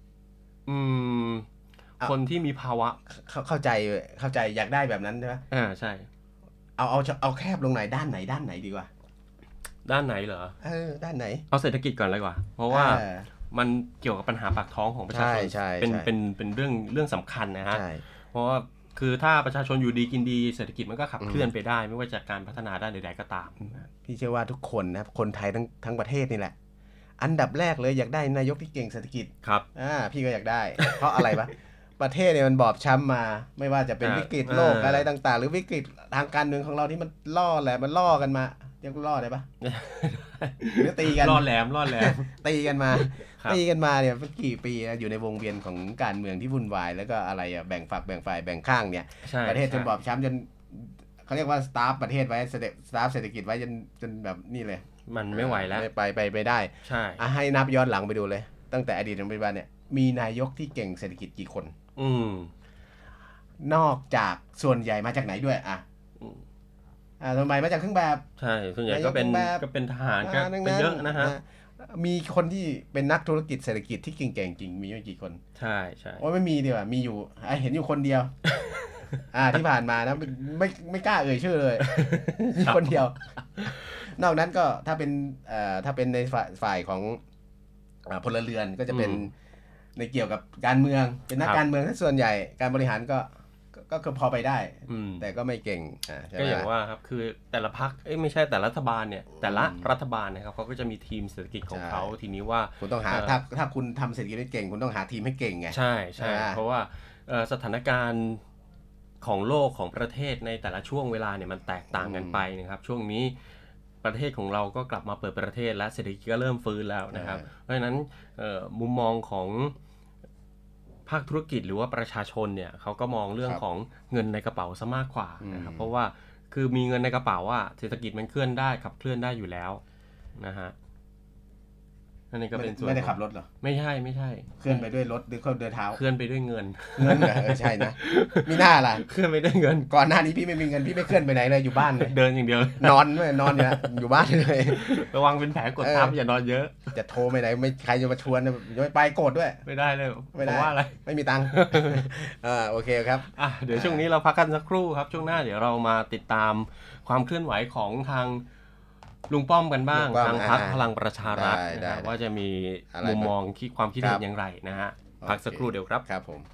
คนที่มีภาวะเข้าใจอยากได้แบบนั้นใช่ไหมใช่เอาแคบลงไหนด้านไหนดีกว่าด้านไหนเหรอด้านไหนเอาเศรษฐกิจก่อนเลยกว่าเพราะว่ามันเกี่ยวกับปัญหาปากท้องของประชาชนเป็นเรื่องสำคัญนะฮะเพราะว่าคือถ้าประชาชนอยู่ดีกินดีเศรษฐกิจมันก็ขับเคลื่อนไปได้ไม่ว่าจากการพัฒนาด้านใดๆก็ตามพี่เชื่อว่าทุกคนนะคนไทยทั้งประเทศนี่แหละอันดับแรกเลยอยากได้นายกที่เก่งเศรษฐกิจครับพี่ก็อยากได้ เพราะอะไรปะประเทศเนี่ยมันบอบช้ำมาไม่ว่าจะเป็นวิกฤตโลกอะไรต่างๆหรือวิกฤตทางการเมืองของเราที่มันล่อกันมายังล่อได้ปะหรือตีกันล่อแหลมตีกันมาเนี่ยเป็นกี่ปีอยู่ในวงเวียนของการเมืองที่วุ่นวายแล้วก็อะไรแบ่งฝักแบ่งฝ่ายแบ่งข้างเนี่ยประเทศจนบอบช้ำจนเขาเรียกว่าสตาฟประเทศไว้สตาฟเศรษฐกิจไว้จนแบบนี่เลยมันไม่ไหวแล้วไปได้ใช่ให้นับย้อนหลังไปดูเลยตั้งแต่อดีตจนปัจจุบันเนี่ยมีนายกที่เก่งเศรษฐกิจกี่คนนอกจากส่วนใหญ่มาจากไหนด้วยส่วนใหญ่มาจากเครื่องแบบใช่ส่วนใหญ่ก็เป็นทหารก็เป็นเยอะนะฮะมีคนที่เป็นนักธุรกิจเศรษฐกิจที่เก่งๆจริงมีไม่กี่คนใช่ว่าไม่มีดีกว่ามีอยู่เห็นอยู่คนเดียวที่ผ่านมานะไม่กล้าเอ่ยชื่อเลยมีคนเดียวนอกนั้นก็ถ้าเป็นในฝ่ายของพลเรือนก็จะเป็นในเกี่ยวกับการเมืองเป็นนักการเมืองส่วนใหญ่การบริหารก็พอไปได้แต่ก็ไม่เก่งก็อย่างว่าครับคือแต่ละพรรคไม่ใช่แต่รัฐบาลเนี่ยแต่ละรัฐบาลนะครับเขาก็จะมีทีมเศรษฐกิจของเขาทีนี้ว่าคุณต้องหาถ้าคุณทำเศรษฐกิจให้เก่งคุณต้องหาทีมให้เก่งไงใช่เพราะว่าสถานการณ์ของโลกของประเทศในแต่ละช่วงเวลาเนี่ยมันแตกต่างกันไปนะครับช่วงนี้ประเทศของเราก็กลับมาเปิดประเทศและเศรษฐกิจก็เริ่มฟื้นแล้วนะครับเพราะฉะนั้นมุมมองของภาคธุรกิจหรือว่าประชาชนเนี่ยเขาก็มองเรื่องของเงินในกระเป๋าซะมากกว่านะครับเพราะว่าคือมีเงินในกระเป๋าเศรษฐกิจมันเคลื่อนได้ขับเคลื่อนได้อยู่แล้วนะฮะอันนี้ก็เป็นส่วนไม่ได้ขับรถเหรอไม่ใช่เคลื่อนไปด้วยรถหรือเขาเดินเท้าเคลื่อนไปด้วยเงินเหรอใช่นะมีหน้าล่ะเคลื่อนไปด้วยเงินก่อนหน้านี้พี่ไม่มีเงินพี่ไม่เคลื่อนไปไหนเลยอยู่บ้านเลยเดินอย่างเดียวนอนอยู่บ้านเลยระวังเป็นแผลกดทับอย่านอนเยอะจะโทรไปไหนไม่ใครจะมาชวนจะไม่ไปโกรธด้วยไม่ได้เลยเพราะว่าอะไรไม่มีตังค์โอเคครับเดี๋ยวช่วงนี้เราพักกันสักครู่ครับช่วงหน้าเดี๋ยวเรามาติดตามความเคลื่อนไหวของทางลุงป้อมกันบ้างทางพรรคพลังประชารัฐนะครับว่าจะมีมุมมองความคิดเห็นอย่างไรนะฮะพักสักครู่เดียวครับครับผม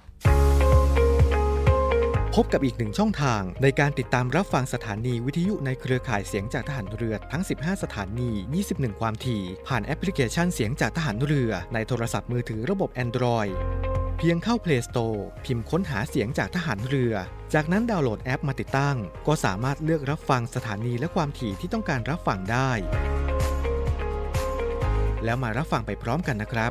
พบกับอีกหนึ่งช่องทางในการติดตามรับฟังสถานีวิทยุในเครือข่ายเสียงจากทหารเรือทั้ง15สถานี21ความถี่ผ่านแอปพลิเคชันเสียงจากทหารเรือในโทรศัพท์มือถือระบบ Android เพียงเข้า Play Store พิมพ์ค้นหาเสียงจากทหารเรือจากนั้นดาวน์โหลดแอปมาติดตั้งก็สามารถเลือกรับฟังสถานีและความถี่ที่ต้องการรับฟังได้แล้วมารับฟังไปพร้อมกันนะครับ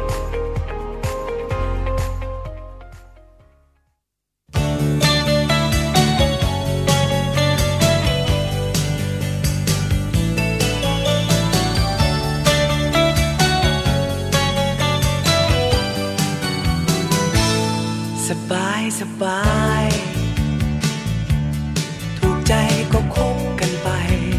สบายถูกใจก็คบกันไป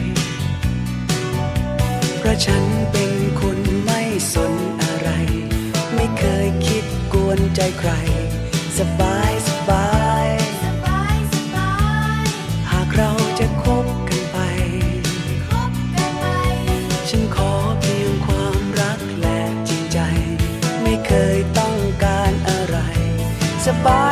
เพราะฉันเป็นคนไม่สนอะไรไม่เคยคิดกวนใจใครสบายหากเราจะคบกันไปฉันขอเพียงความรักและจริงใจไม่เคยต้องการอะไรสบาย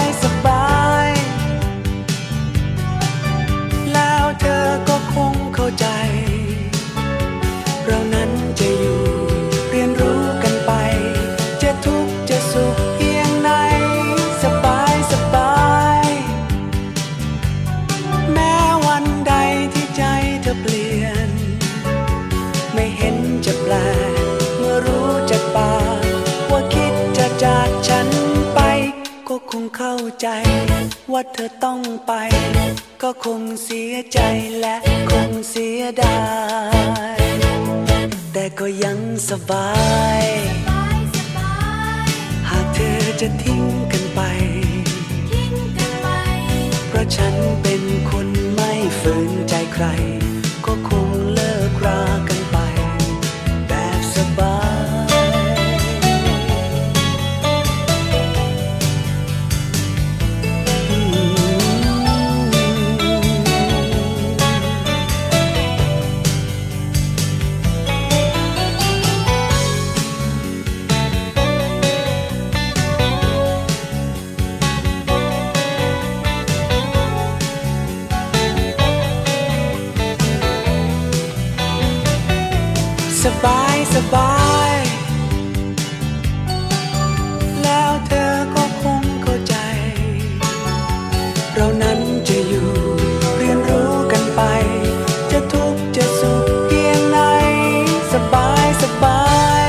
แล้วเธอก็คงเข้าใจเรานั้นจะอยู่เรียนรู้กันไปจะทุกข์จะสุขเพียงไหนสบายแม้วันใดที่ใจเธอเปลี่ยนไม่เห็นจะแปลกเมื่อรู้จากปากว่าคิดจะจากฉันไปก็คงเข้าใจว่าเธอต้องไปก็คงเสียใจและคงเสียดายแต่ก็ยังสบายหากเธอจะทิ้งกันไปเพราะฉันเป็นคนไม่ฝืนใจใครก็คงเลิกรากันไปแบบสบายแล้วเธอก็คงเข้าใจเรานั้นจะอยู่เรียนรู้กันไปจะทุกข์จะสุขเพียงไหนสบาย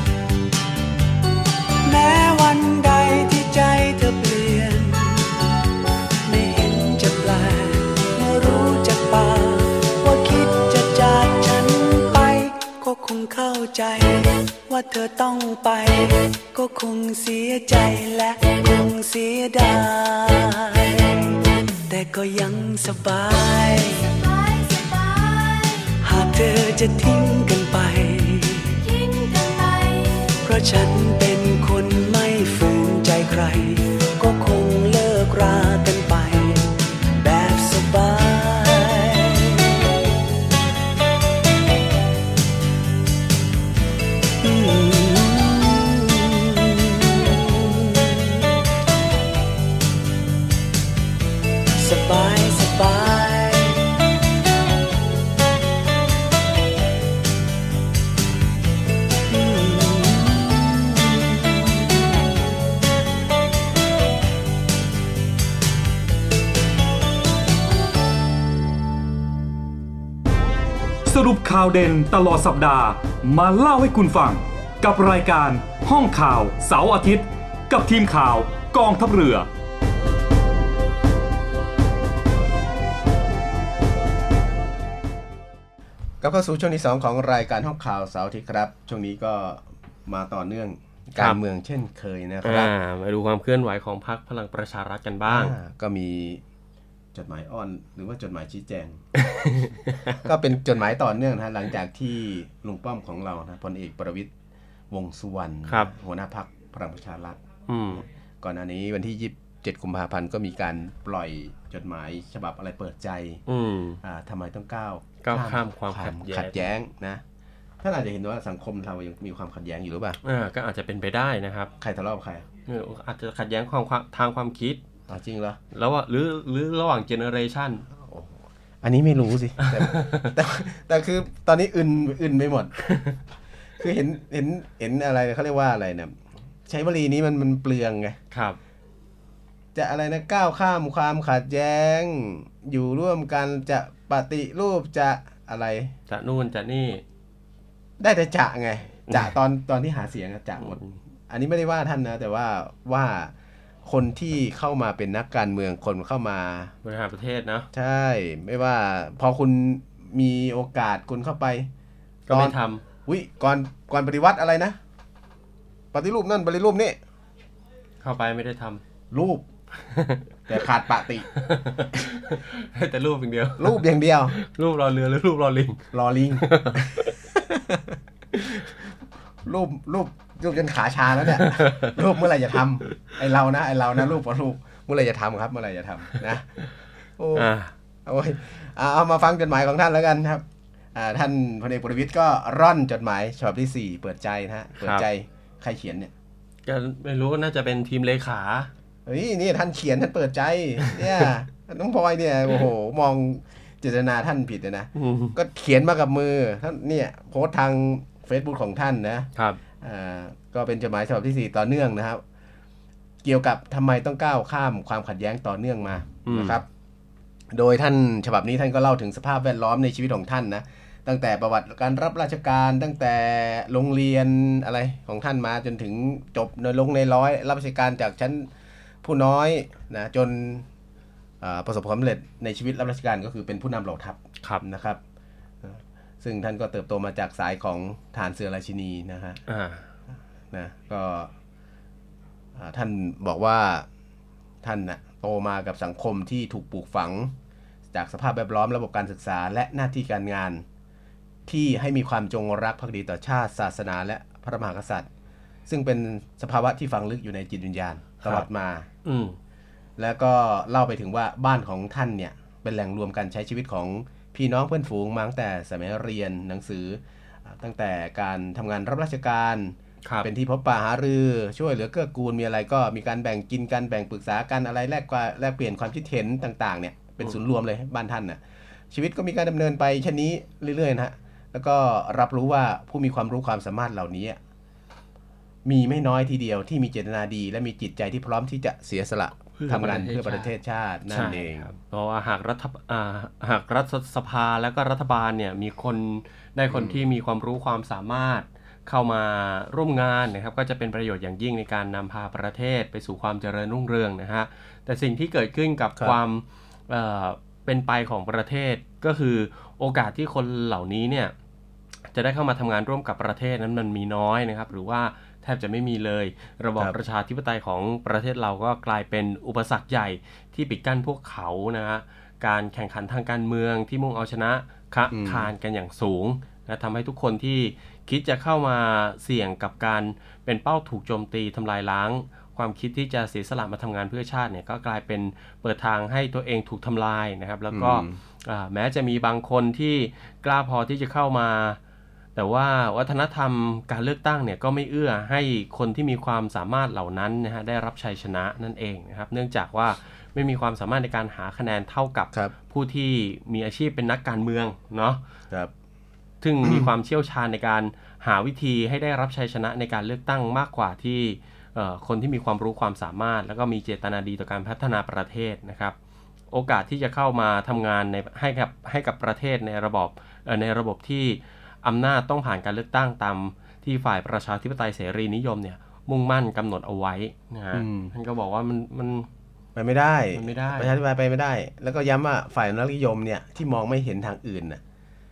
แม้วันใดที่ใจเธอเปลี่ยนไม่เห็นจะแปลกเมื่อรู้จากปากว่าคิดจะจากฉันไปก็คงเข้าใจว่าเธอต้องไปก็คงเสียใจและคงเสียดายแต่ก็ยังสบายหากเธอจะทิ้งกันไปเพราะฉันเป็นคนไม่ฝืนใจใครก็คงเลิกรากันไปแบบสบายสบายสรุปข่าวเด่นตลอดสัปดาห์มาเล่าให้คุณฟังกับรายการห้องข่าวเสาร์อาทิตย์กับทีมข่าวกองทัพเรือก็เข้าสู่ช่วงที่2ของรายการห้องข่าวเสาร์อาทิตย์ครับช่วงนี้ก็มาต่อเนื่องการเมืองเช่นเคยนะครับมาดูความเคลื่อนไหวของพรรคพลังประชารัฐกันบ้างก็มีจดหมายอ้อนหรือว่าจดหมายชี้แจง ก็เป็นจดหมายต่อเนื่องนะหลังจากที่ลุงป้อมของเรานะพลเอกประวิตรวงษ์สุวรรณหัวหน้าพรรคพลังประชารัฐก่อนหน้านี้วันที่27 กุมภาพันธ์ก็มีการปล่อยจดหมายฉบับอะไรเปิดใจทำไมต้องก้าวข้ามความขัดแย้งนะท่านอาจจะเห็นว่าสังคมเรายังมีความขัดแย้งอยู่หรือเปล่าก็อาจจะเป็นไปได้นะครับใครทะเลาะกับใครอาจจะขัดแย้งทางความคิดจริงเหรอแล้วว่าหรือระหว่างเจเนอเรชันอันนี้ไม่รู้สิ แต่คือตอนนี้อื่นไม่หมด คือเห็นอะไรเขาเรียกว่าอะไรเนี่ยใช้วลีนี้มันเปลืองไงครับจะอะไรนะก้าวข้ามความขัดแย้งอยู่ร่วมกันจะปฏิรูปจะอะไรจะนู่นจะนี่ได้แต่จะไงจะตอนที่หาเสียงจะหมดอันนี้ไม่ได้ว่าท่านนะแต่ว่าคนที่เข้ามาเป็นนักการเมืองคนเข้ามาบริหารประเทศนะใช่ไม่ว่าพอคุณมีโอกาสคุณเข้าไปก็ไม่ทำก่อนปฏิวัติอะไรนะปฏิรูปนั่นปฏิรูปนี่เข้าไปไม่ได้ทำรูปแต่ขาดปฏิแต่รูปอย่างเดียวรูปอย่างเดียวรูปรอเรือหรือรูปรอลิงรูปจนขาชาแล้วเนี่ยรูปเมื่อไหร่จะทำไอเรานะรูปเมื่อไหร่จะทำครับเมื่อไหร่จะทำนะโอ้เอามาฟังจดหมายของท่านแล้วกันครับท่านพลเอกประวิตรก็ร่อนจดหมายฉบับที่4เปิดใจนะฮะเปิดใจใครเขียนเนี่ยก็ไม่รู้น่าจะเป็นทีมเลขานี่ท่านเขียนท่านเปิดใจเนี่ยน้องพลอยเนี่ยโอ้โหมองเจตนาท่านผิดเลยนะก็เขียนมากับมือท่านเนี่ยโพสต์ทาง Facebook ของท่านนะครับก็เป็นจดหมายฉบับที่4ต่อเนื่องนะครับเกี่ยวกับทำไมต้องก้าวข้ามความขัดแย้งต่อเนื่องมานะครับโดยท่านฉบับนี้ท่านก็เล่าถึงสภาพแวดล้อมในชีวิตของท่านนะตั้งแต่ประวัติการรับราชการตั้งแต่โรงเรียนอะไรของท่านมาจนถึงจบในร้อยรับราชการจากชั้นผู้น้อยนะจนประสบความสำเร็จในชีวิตรับราชการก็คือเป็นผู้นำเหล่าทัพนะครับซึ่งท่านก็เติบโตมาจากสายของทหารเสือราชินีนะครับนะก็ท่านบอกว่าท่านนะโตมากับสังคมที่ถูกปลูกฝังจากสภาพแวดล้อมระบบการศึกษาและหน้าที่การงานที่ให้มีความจงรักภักดีต่อชาติศาสนาและพระมหากษัตริย์ซึ่งเป็นสภาวะที่ฝังลึกอยู่ในจิตวิญญาณตลอดมาแล้วก็เล่าไปถึงว่าบ้านของท่านเนี่ยเป็นแหล่งรวมกันใช้ชีวิตของพี่น้องเพื่อนฝูงมาตั้งแต่สมัยเรียนหนังสือตั้งแต่การทำงานรับราชการเป็นที่พบปะหารือช่วยเหลือเกื้อกูลมีอะไรก็มีการแบ่งกินกันแบ่งปรึกษากันอะไรแลกเปลี่ยนความคิดเห็นต่างๆเนี่ยเป็นศูนย์รวมเลยบ้านท่านน่ะชีวิตก็มีการดำเนินไปเช่นนี้เรื่อยๆนะฮะแล้วก็รับรู้ว่าผู้มีความรู้ความสามารถเหล่านี้มีไม่น้อยทีเดียวที่มีเจตนาดีและมีจิตใจที่พร้อมที่จะเสียสละทำงานเพื่อประเทศชาตินั่นเองเพราะว่าหากรัฐสภาและก็รัฐบาลเนี่ยมีคนที่มีความรู้ความสามารถเข้ามาร่วมงานนะครับก็จะเป็นประโยชน์อย่างยิ่งในการนำพาประเทศไปสู่ความเจริญรุ่งเรืองนะฮะแต่สิ่งที่เกิดขึ้นกับความเป็นไปของประเทศก็คือโอกาสที่คนเหล่านี้เนี่ยจะได้เข้ามาทำงานร่วมกับประเทศนั้นมันมีน้อยนะครับหรือว่าแทบจะไม่มีเลยระบอบประชาธิปไตยของประเทศเราก็กลายเป็นอุปสรรคใหญ่ที่ปิดกั้นพวกเขานะฮะการแข่งขันทางการเมืองที่มุ่งเอาชนะคานกันอย่างสูงนะทำให้ทุกคนที่คิดจะเข้ามาเสี่ยงกับการเป็นเป้าถูกโจมตีทำลายล้างความคิดที่จะเสียสละมาทำงานเพื่อชาติเนี่ยก็กลายเป็นเปิดทางให้ตัวเองถูกทำลายนะครับแล้วก็แม้จะมีบางคนที่กล้าพอที่จะเข้ามาแต่ว่าวัฒนธรรมการเลือกตั้งเนี่ยก็ไม่เอื้อให้คนที่มีความสามารถเหล่านั้นนะฮะได้รับชัยชนะนั่นเองนะครับเนื่องจากว่าไม่มีความสามารถในการหาคะแนนเท่ากับผู้ที่มีอาชีพเป็นนักการเมืองเนาะซึ่งมีความเชี่ยวชาญในการหาวิธีให้ได้รับชัยชนะในการเลือกตั้งมากกว่าที่คนที่มีความรู้ความสามารถแล้วก็มีเจตนาดีต่อการพัฒนาประเทศนะครับโอกาสที่จะเข้ามาทำงานให้กับประเทศในระบบที่อำนาจต้องผ่านการเลือกตั้งตามที่ฝ่ายประชาธิปไตยเสรีนิยมเนี่ยมุ่งมั่นกำหนดเอาไว้นะฮะท่านก็บอกว่ามันไปไม่ได้ประชาธิปไตยไปไม่ได้แล้วก็ย้ำว่าฝ่ายนักนิยมเนี่ยที่มองไม่เห็นทางอื่นน่ะ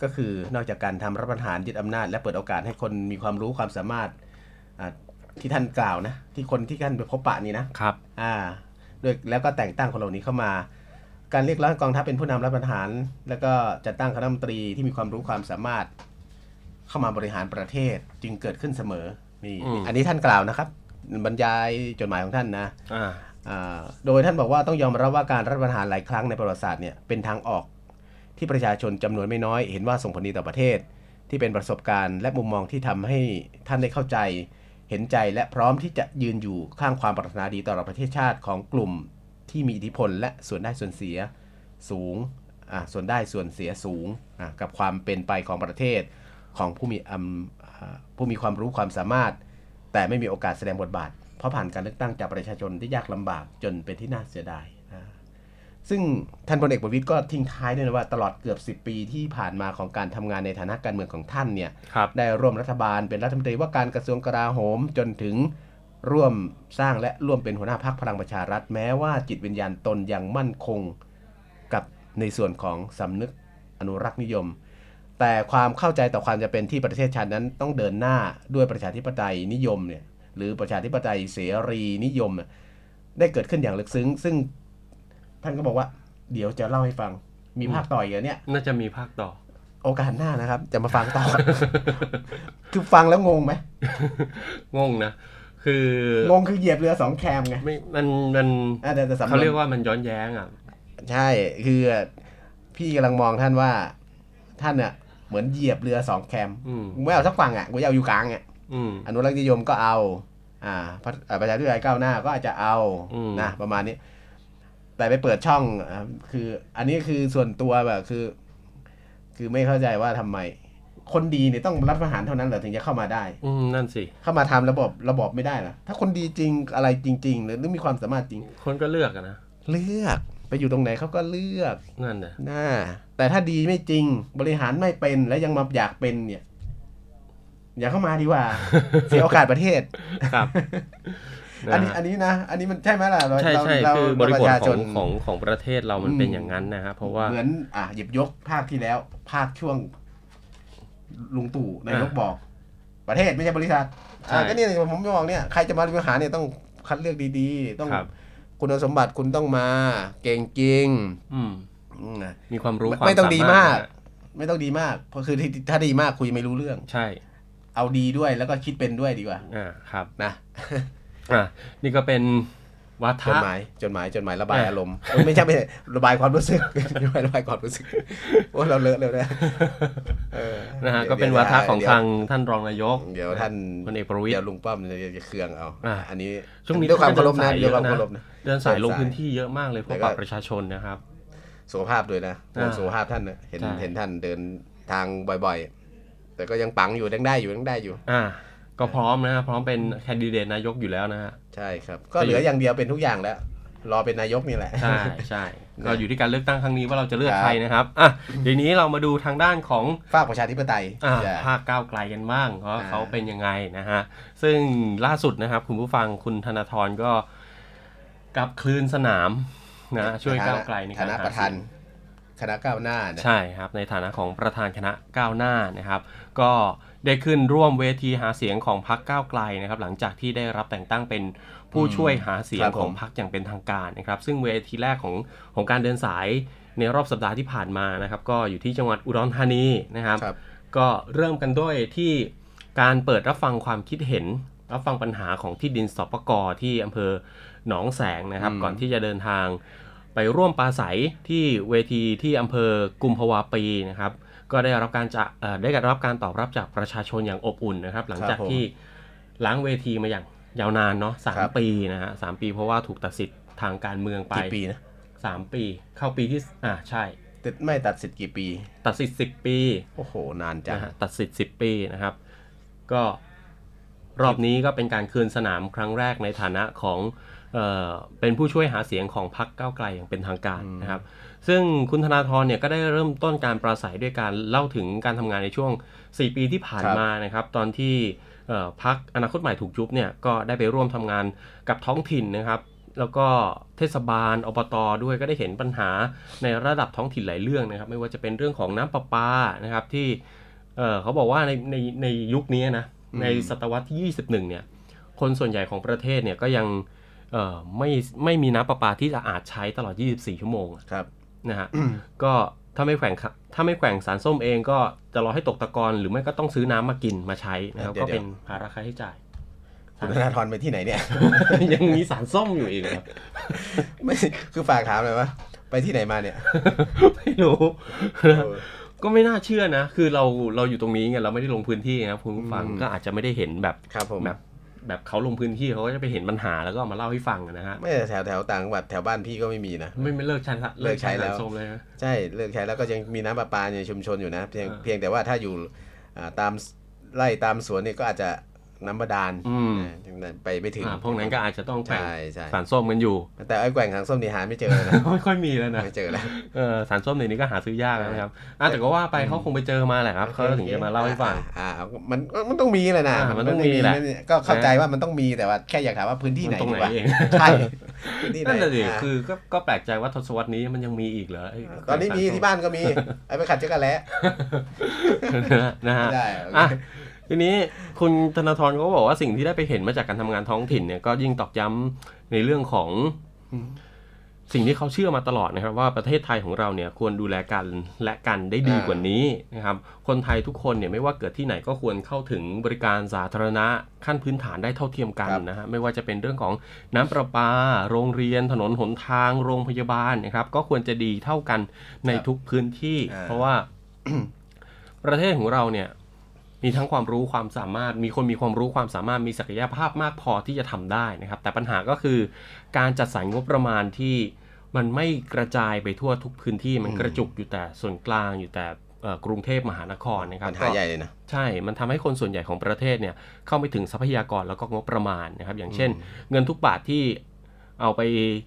ก็คือนอกจากการทำรัฐประหารยึดอำนาจและเปิดโอกาสให้คนมีความรู้ความสามารถที่ท่านกล่าวนะที่คนที่ท่านไปพบปะนี่นะครับด้วยแล้วก็แต่งตั้งคนเหล่านี้เข้ามาการเรียกร้องกองทัพเป็นผู้นำรัฐประหารแล้วก็จัดตั้งคณะรัฐมนตรีที่มีความรู้ความสามารถเข้ามาบริหารประเทศจึงเกิดขึ้นเสมอนี่อันนี้ท่านกล่าวนะครับบรรยายจดหมายของท่านนะโดยท่านบอกว่าต้องยอมรับว่าการรัฐประหารหลายครั้งในประวัติศาสตร์เนี่ยเป็นทางออกที่ประชาชนจำนวนไม่น้อยเห็นว่าส่งผลดีต่อประเทศที่เป็นประสบการณ์และมุมมองที่ทำให้ท่านได้เข้าใจเห็นใจและพร้อมที่จะยืนอยู่ข้างความปรารถนาดีต่อประเทศชาติของกลุ่มที่มีอิทธิพลและส่วนได้ส่วนเสียสูงส่วนได้ส่วนเสียสูงกับความเป็นไปของประเทศของผู้มีความรู้ความสามารถแต่ไม่มีโอกาสแสดงบทบาทเพราะผ่านการเลือกตั้งจากประชาชนได้ยากลำบากจนเป็นที่น่าเสียดายซึ่งท่านพลเอกประวิตรก็ทิ้งท้ายด้วยนะว่าตลอดเกือบ10 ปีที่ผ่านมาของการทำงานในฐานะการเมืองของท่านเนี่ยได้ร่วมรัฐบาลเป็นรัฐมนตรีว่าการกระทรวงกลาโหมจนถึงร่วมสร้างและร่วมเป็นหัวหน้าพรรคพลังประชารัฐแม้ว่าจิตวิญญาณตนยังมั่นคงกับในส่วนของสำนึกอนุรักษ์นิยมแต่ความเข้าใจต่อความจำเป็นที่ประเทศชาตินั้นต้องเดินหน้าด้วยประชาธิปไตยนิยมเนี่ยหรือประชาธิปไตยเสรีนิยมได้เกิดขึ้นอย่างลึกซึ้งซึ่งท่านก็บอกว่าเดี๋ยวจะเล่าให้ฟังมีภาคต่ออย่างเนี้ยน่าจะมีภาคต่อโอกาสหน้านะครับจะมาฟังต่อ คือฟังแล้วงงไหมงงนะคืองงคือเหยียบเรือ2แคมไงไม่มันเขาเรียกว่ามันย้อนแย้งใช่คือพี่กำลังมองท่านว่าท่านเนี่ยเหมือนเหยียบเรือ2แคมไม่เอาสักฝั่งกูจะเอาอยู่กลางอนุรักษ์นิยมก็เอาประชาธิปไตยก้าวหน้าก็อาจจะเอานะประมาณนี้แต่ไปเปิดช่องคืออันนี้คือส่วนตัวแบบคือไม่เข้าใจว่าทำไมคนดีเนี่ยต้องรัฐประหารเท่านั้นเหรอถึงจะเข้ามาได้นั่นสิเข้ามาทำระบบไม่ได้เหรอถ้าคนดีจริงอะไรจริงๆหรือมีความสามารถจริงคนก็เลือกนะเลือกไปอยู่ตรงไหนเขาก็เลือกนั่นแหละแต่ถ้าดีไม่จริงบริหารไม่เป็นแล้วยังมาอยากเป็นเนี่ยอย่าเข้ามาดีกว่า เสียโอกาสประเทศครับอันนี้นะอันนี้มันใช่ไหมล่ะใช่คือบริบทของประเทศเรามันเป็นอย่างนั้นนะครับเพราะว่าเหมือนหยิบยกภาคที่แล้วภาคช่วงลุงตู่นายกบอกประเทศไม่ใช่บริษัทก็นี่ผมมองเนี่ยใครจะมาบริหารเนี่ยต้องคัดเลือกดีๆต้องคุณสมบัติคุณต้องมาเก่งจริงมีความรู้ไม่ต้องดีมากไม่ต้องดีมากเพราะคือถ้าดีมากคุยไม่รู้เรื่องใช่เอาดีด้วยแล้วก็คิดเป็นด้วยดีกว่าครับนะนี่ก็เป็นวัฒน์จดหมายระบายอารมณ์ไม่ใช่ระบายความรู้สึกระบายความรู้สึกโอ้เราเลอะเลยนะฮะก็เป็นวัฒน์ของทางท่านรองนายกเดี๋ยวท่านพลเอกประวิตรเดี๋ยวลุงป้อมจะเครื่องเอาอันนี้ช่วงนี้ด้วยความเคารพนะด้วยความเคารพนะเดินสายลงพื้นที่เยอะมากเลยพบปะประชาชนนะครับสุขภาพด้วยนะสุขภาพท่านเห็นท่านเดินทางบ่อยๆแต่ก็ยังปังอยู่ยังได้อยู่ก็พร้อมนะพร้อมเป็นแคนดิเดตนายกอยู่แล้วนะฮะใช่ครับก็เหลืออย่างเดียวเป็นทุกอย่างแล้วรอเป็นนายกนี่แหละใช่ก็อยู่ที่การเลือกตั้งครั้งนี้ว่าเราจะเลือกใครนะครับทีนี้เรามาดูทางด้านของฝ่ายประชาธิปไตยภาคก้าวไกลกันบ้างเพราะเขาเป็นยังไงนะฮะซึ่งล่าสุดนะครับคุณผู้ฟังคุณธนาธรก็กลับคืนสนามนะช่วยก้าวไกลในการประธานคณะก้าวหน้าใช่ครับในฐานะของประธานคณะก้าวหน้านะครับก็ได้ขึ้นร่วมเวทีหาเสียงของพรรคก้าวไกลนะครับหลังจากที่ได้รับแต่งตั้งเป็นผู้ช่วยหาเสียงของพรรคอย่างเป็นทางการนะครับซึ่งเวทีแรกของการเดินสายในรอบสัปดาห์ที่ผ่านมานะครับก็อยู่ที่จังหวัดอุดรธานีนะครับก็เริ่มกันด้วยที่การเปิดรับฟังความคิดเห็นรับฟังปัญหาของที่ดินสปก.ที่อำเภอหนองแสงนะครับก่อนที่จะเดินทางไปร่วมปราศัยที่เวทีที่อำเภอกุมภาวาปีนะครับก็ได้รับการตอบรับจากประชาชนอย่างอบอุ่นนะครับหลังจากที่ล้างเวทีมาอย่างยาวนานเนาะ3 ปีนะฮะ3 ปีเพราะว่าถูกตัดสิทธิ์ทางการเมืองไปกี่ปีนะ 3 ปีเข้าปีที่ใช่ไม่ตัดสิทธิ์กี่ปีตัดสิทธิ์10 ปีโอ้โหนานจังตัดสิทธิ์10 ปีนะครับก็รอบนี้ก็เป็นการคืนสนามครั้งแรกในฐานะของเป็นผู้ช่วยหาเสียงของพรรคก้าวไกลอย่างเป็นทางการนะครับซึ่งคุณธนาธรเนี่ยก็ได้เริ่มต้นการปราศัยด้วยการเล่าถึงการทำงานในช่วง4 ปีที่ผ่านมานะครับตอนที่พรรคอนาคตใหม่ถูกยุบเนี่ยก็ได้ไปร่วมทำงานกับท้องถิ่นนะครับแล้วก็เทศบาลอบต.ด้วยก็ได้เห็นปัญหาในระดับท้องถิ่นหลายเรื่องนะครับไม่ว่าจะเป็นเรื่องของน้ำประปานะครับที่เขาบอกว่าในยุคนี้นะในศตวรรษที่21เนี่ยคนส่วนใหญ่ของประเทศเนี่ยก็ยังไม่มีน้ำประปาที่สะอาดใช้ตลอด24ชั่วโมงครับนะฮะก็ถ้าไม่แกว่งสารส้มเองก็จะรอให้ตกตะกอนหรือไม่ก็ต้องซื้อน้ำมากินมาใช้นะครับก็เป็นภาระค่าใช้จ่ายคุณธนาธรไปที่ไหนเนี่ยยังมีสารส้มอยู่อีกครับไม่คือฝากถามเลยว่าไปที่ไหนมาเนี่ยไม่รู้ก็ไม่น่าเชื่อนะคือเราอยู่ตรงนี้ไงเราไม่ได้ลงพื้นที่นะครับคุณผู้ฟังก็อาจจะไม่ได้เห็นแบบแบบเขาลงพื้นที่เขาก็จะไปเห็นปัญหาแล้วก็มาเล่าให้ฟังนะฮะไม่แถวต่างจังหวัดแถวบ้านพี่ก็ไม่มีนะไม่เลิกใช้แล้วใช่เลิกใช้แล้วก็ยังมีน้ำประปาในชุมชนอยู่นะเพียงแต่ว่าถ้าอยู่ตามไร่ตามสวนเนี่ยก็อาจจะน้ำบาดาลไปไม่ถึงพวกนั้นก็อาจจะต้องแกว่งสารส้มกันอยู่แต่ไอ้แกว่งสารส้มนี่หาไม่เจอนะไม่ค่อยมีแล้วนะไม่เจอแล้วสารส้มในนี้ก็หาซื้อยากแล้วนะครับแต่ก็ว่าไปเขาคงไปเจอมาแหละครับเขาถึงจะมาเล่าให้ฟังมันต้องมีเลยนะมันต้องมีแหละก็เข้าใจว่ามันต้องมีแต่ว่าแค่อยากถามว่าพื้นที่ไหนตรงไหนเองใช่นั่นแหละสิคือก็แปลกใจว่าทศวรรษนี้มันยังมีอีกเหรอตอนนี้มีที่บ้านก็มีไอ้ไปขัดเจ้ากันแล้วนะฮะทีนี้คุณธนาธรเขาบอกว่าสิ่งที่ได้ไปเห็นมาจากการทำงานท้องถิ่นเนี่ยก็ยิ่งตอกย้ำในเรื่องของสิ่งที่เขาเชื่อมาตลอดนะครับว่าประเทศไทยของเราเนี่ยควรดูแลกันและกันได้ดีกว่านี้นะครับคนไทยทุกคนเนี่ยไม่ว่าเกิดที่ไหนก็ควรเข้าถึงบริการสาธารณะขั้นพื้นฐานได้เท่าเทียมกันนะฮะไม่ว่าจะเป็นเรื่องของน้ำประปาโรงเรียนถนนหนทางโรงพยาบาลนะครับก็ควรจะดีเท่ากันในทุกพื้นที่เพราะว่า ประเทศของเราเนี่ยมีทั้งความรู้ความสามารถมีคนมีความรู้ความสามารถมีศักยภาพมากพอที่จะทำได้นะครับแต่ปัญหาก็คือการจัดสรรงบประมาณที่มันไม่กระจายไปทั่วทุกพื้นที่มันกระจุกอยู่แต่ส่วนกลางอยู่แต่กรุงเทพมหานครนะครับปัญหาใหญ่เลยนะใช่มันทำให้คนส่วนใหญ่ของประเทศเนี่ยเข้าไม่ถึงทรัพยากรแล้วก็งบประมาณนะครับอย่างเช่นเงินทุกบาทที่เอาไป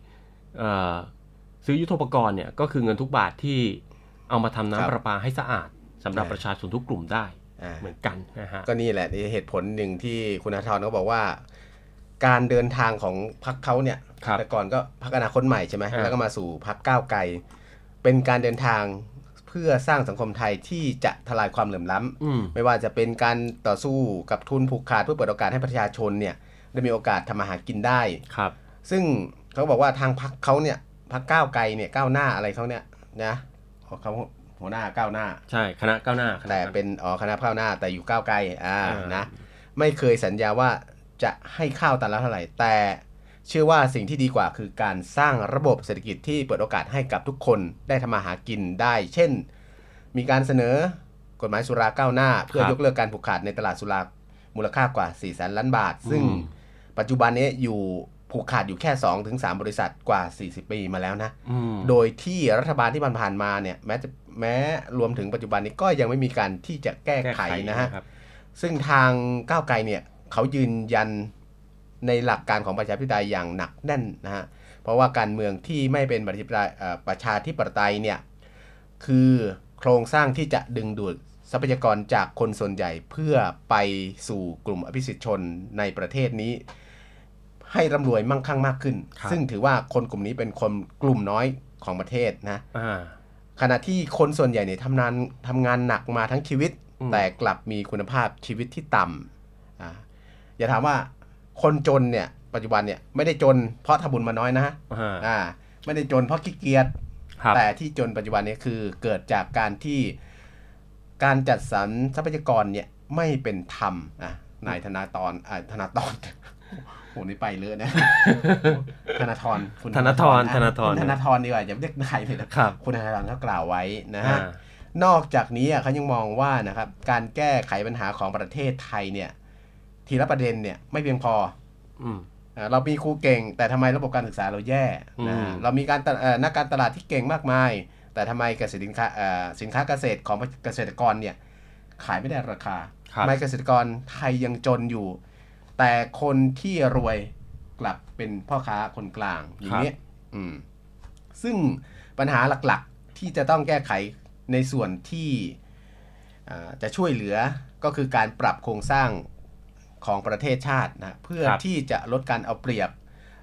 ซื้อยุทโธปกรณ์เนี่ยก็คือเงินทุกบาทที่เอามาทำน้ำประปาให้สะอาดสำหรับประชาชนทุกกลุ่มได้เหมือนกันนะฮะก็นี่แหละนี่เหตุผลหนึ่งที่คุณธนาธรเขาบอกว่าการเดินทางของพรรคเขาเนี่ยแต่ก่อนก็พรรคอนาคตใหม่ใช่ไหมแล้วก็มาสู่พรรคก้าวไกลเป็นการเดินทางเพื่อสร้างสังคมไทยที่จะทลายความเหลื่อมล้ำไม่ว่าจะเป็นการต่อสู้กับทุนผูกขาดเพื่อเปิดโอกาสให้ประชาชนเนี่ยได้มีโอกาสทำมาหากินได้ครับซึ่งเขาบอกว่าทางพรรคเขาเนี่ยพรรคก้าวไกลเนี่ยก้าวหน้าอะไรเขาเนี่ยนะเขาหัวหน้าก้าวหน้าใช่คณะก้าวหน้าแต่เป็นคณะก้าวหน้าแต่อยู่ก้าวไกลนะไม่เคยสัญญาว่าจะให้ข้าวตันละเท่าไหร่แต่เชื่อว่าสิ่งที่ดีกว่าคือการสร้างระบบเศรษฐกิจที่เปิดโอกาสให้กับทุกคนได้ทำมาหากินได้เช่นมีการเสนอกฎหมายสุราก้าวหน้าเพื่อยกเลิกการผูกขาดในตลาดสุรามูลค่ากว่า 400,000 ล้านบาทซึ่งปัจจุบันนี้อยู่ผูกขาดอยู่แค่ 2-3 บริษัทกว่า40ปีมาแล้วนะโดยที่รัฐบาลที่ผ่านมาเนี่ยแม้รวมถึงปัจจุบันนี้ก็ยังไม่มีการที่จะแก้ไขนะฮะซึ่งทางก้าวไกลเนี่ยเขายืนยันในหลักการของประชาธิปไตยอย่างหนักแน่นนะฮะเพราะว่าการเมืองที่ไม่เป็นประชาธิปไตยเนี่ยคือโครงสร้างที่จะดึงดูดทรัพยากรจากคนส่วนใหญ่เพื่อไปสู่กลุ่มอภิสิทธิชนในประเทศนี้ให้ร่ำรวยมั่งคั่งมากขึ้นซึ่งถือว่าคนกลุ่มนี้เป็นคนกลุ่มน้อยของประเทศนะขณะที่คนส่วนใหญ่เนี่ยทำงานหนักมาทั้งชีวิตแต่กลับมีคุณภาพชีวิตที่ต่ำอย่าถามว่าคนจนเนี่ยปัจจุบันเนี่ยไม่ได้จนเพราะทำบุญมาน้อยนะไม่ได้จนเพราะขี้เกียจแต่ที่จนปัจจุบันนี้คือเกิดจากการที่การจัดสรรทรัพยากรเนี่ยไม่เป็นธรรมนายธนาธรโหนี่ไปเลยนะธนาธรธนาธรดีกว่าอย่าเรียกนายเลยนะครับคุณธนาธรเขากล่าวไว้นะฮะนอกจากนี้เขายังมองว่านะครับการแก้ไขปัญหาของประเทศไทยเนี่ยทีละประเด็นเนี่ยไม่เพียงพอเรามีครูเก่งแต่ทำไมระบบการศึกษาเราแย่เรามีการนักการตลาดที่เก่งมากมายแต่ทำไมสินค้าเกษตรของเกษตรกรเนี่ยขายไม่ได้ราคาทำไมเกษตรกรไทยยังจนอยู่แต่คนที่รวยกลับเป็นพ่อค้าคนกลางอย่างนี้ซึ่งปัญหาหลักๆที่จะต้องแก้ไขในส่วนที่จะช่วยเหลือก็คือการปรับโครงสร้างของประเทศชาตินะเพื่อที่จะลดการเอาเปรียบ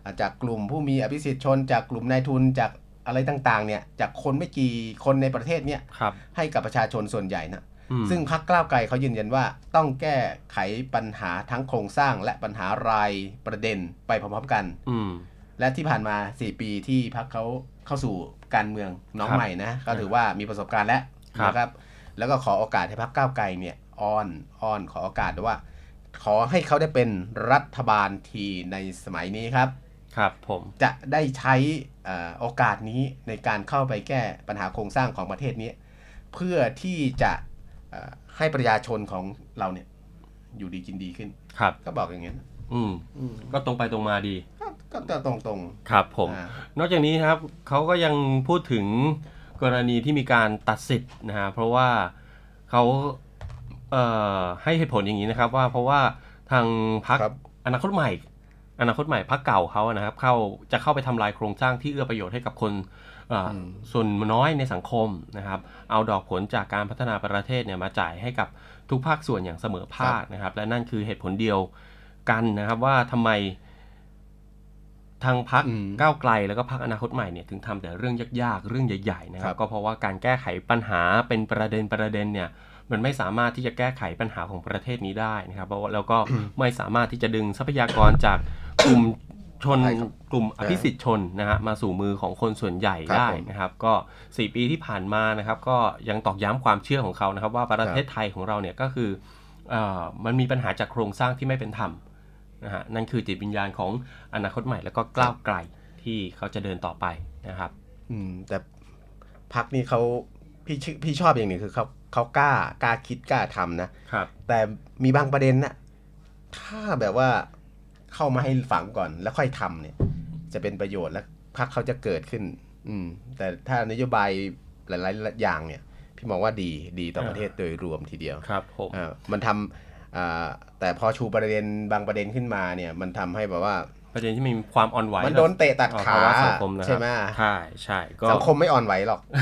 จากกลุ่มผู้มีอภิสิทธิชนจากกลุ่มนายทุนจากอะไรต่างๆเนี่ยจากคนไม่กี่คนในประเทศเนี่ยให้กับประชาชนส่วนใหญ่นะซึ่งพรรคก้าวไกลเขายืนยันว่าต้องแก้ไขปัญหาทั้งโครงสร้างและปัญหารายประเด็นไปพร้อมๆกันและที่ผ่านมา4ปีที่พรรคเขาเข้าสู่การเมืองน้องใหม่นะก็ถือว่ามีประสบการณ์แล้วนะครับแล้วก็ขอโอกาสให้พรรคก้าวไกลเนี่ยอ้อนขอโอกาสว่าขอให้เขาได้เป็นรัฐบาลทีในสมัยนี้ครับผมจะได้ใช้โอกาสนี้ในการเข้าไปแก้ปัญหาโครงสร้างของประเทศนี้เพื่อที่จะให้ประชาชนของเราเนี่ยอยู่ดีกินดีขึ้นก็บอกอย่างนี้ก็ตรงไปตรงมาดีก็ตรงครับผมนอกจากนี้ครับเขาก็ยังพูดถึงกรณีที่มีการตัดสิทธิ์นะฮะเพราะว่าเขาให้เหตุผลอย่างนี้นะครับว่าเพราะว่าทางพรรคอนาคตใหม่พรรคเก่าเขานะครับจะเข้าไปทำลายโครงสร้างที่เอื้อประโยชน์ให้กับคนส่วนน้อยในสังคมนะครับเอาดอกผลจากการพัฒนาประเทศเนี่ยมาจ่ายให้กับทุกภาคส่วนอย่างเสมอภาคนะครับและนั่นคือเหตุผลเดียวกันนะครับว่าทำไมทางพรรคก้าวไกลแล้วก็พรรคอนาคตใหม่เนี่ยถึงทำแต่เรื่องยากๆเรื่องใหญ่ๆนะครับก็เพราะว่าการแก้ไขปัญหาเป็นประเด็นเนี่ยมันไม่สามารถที่จะแก้ไขปัญหาของประเทศนี้ได้นะครับเพราะแล้วก็ไม่สามารถที่จะดึงทรัพยากรจากกลุ่มอภิสิทธิชนนะฮะมาสู่มือของคนส่วนใหญ่ได้นะครับก็4ปีที่ผ่านมานะครับก็ยังตอกย้ำความเชื่อของเขานะครับว่าประเทศไทยของเราเนี่ยก็คือมันมีปัญหาจากโครงสร้างที่ไม่เป็นธรรมนะฮะนั่นคือจิตวิญญาณของอนาคตใหม่แล้วก็ก้าวไกลที่เขาจะเดินต่อไปนะครับแต่พรรคนี้เขาพี่ชอบอย่างหนึ่งคือเขากล้าคิดกล้าทำนะครับแต่มีบางประเด็นนะถ้าแบบว่าเข้ามาให้ฝังก่อนแล้วค่อยทำเนี่ยจะเป็นประโยชน์และพรรคเขาจะเกิดขึ้นแต่ถ้านโยบายหลายๆอย่างเนี่ยพี่มองว่าดีต่อประเทศโดยรวมทีเดียวครับผมมันทำแต่พอชูประเด็นบางประเด็นขึ้นมาเนี่ยมันทำให้แบบว่าประเด็นที่มีความอ่อนไหวมันโดนเตะตัดขาใช่ไหมใช่สังคมไม่อ่อนไหวหรอก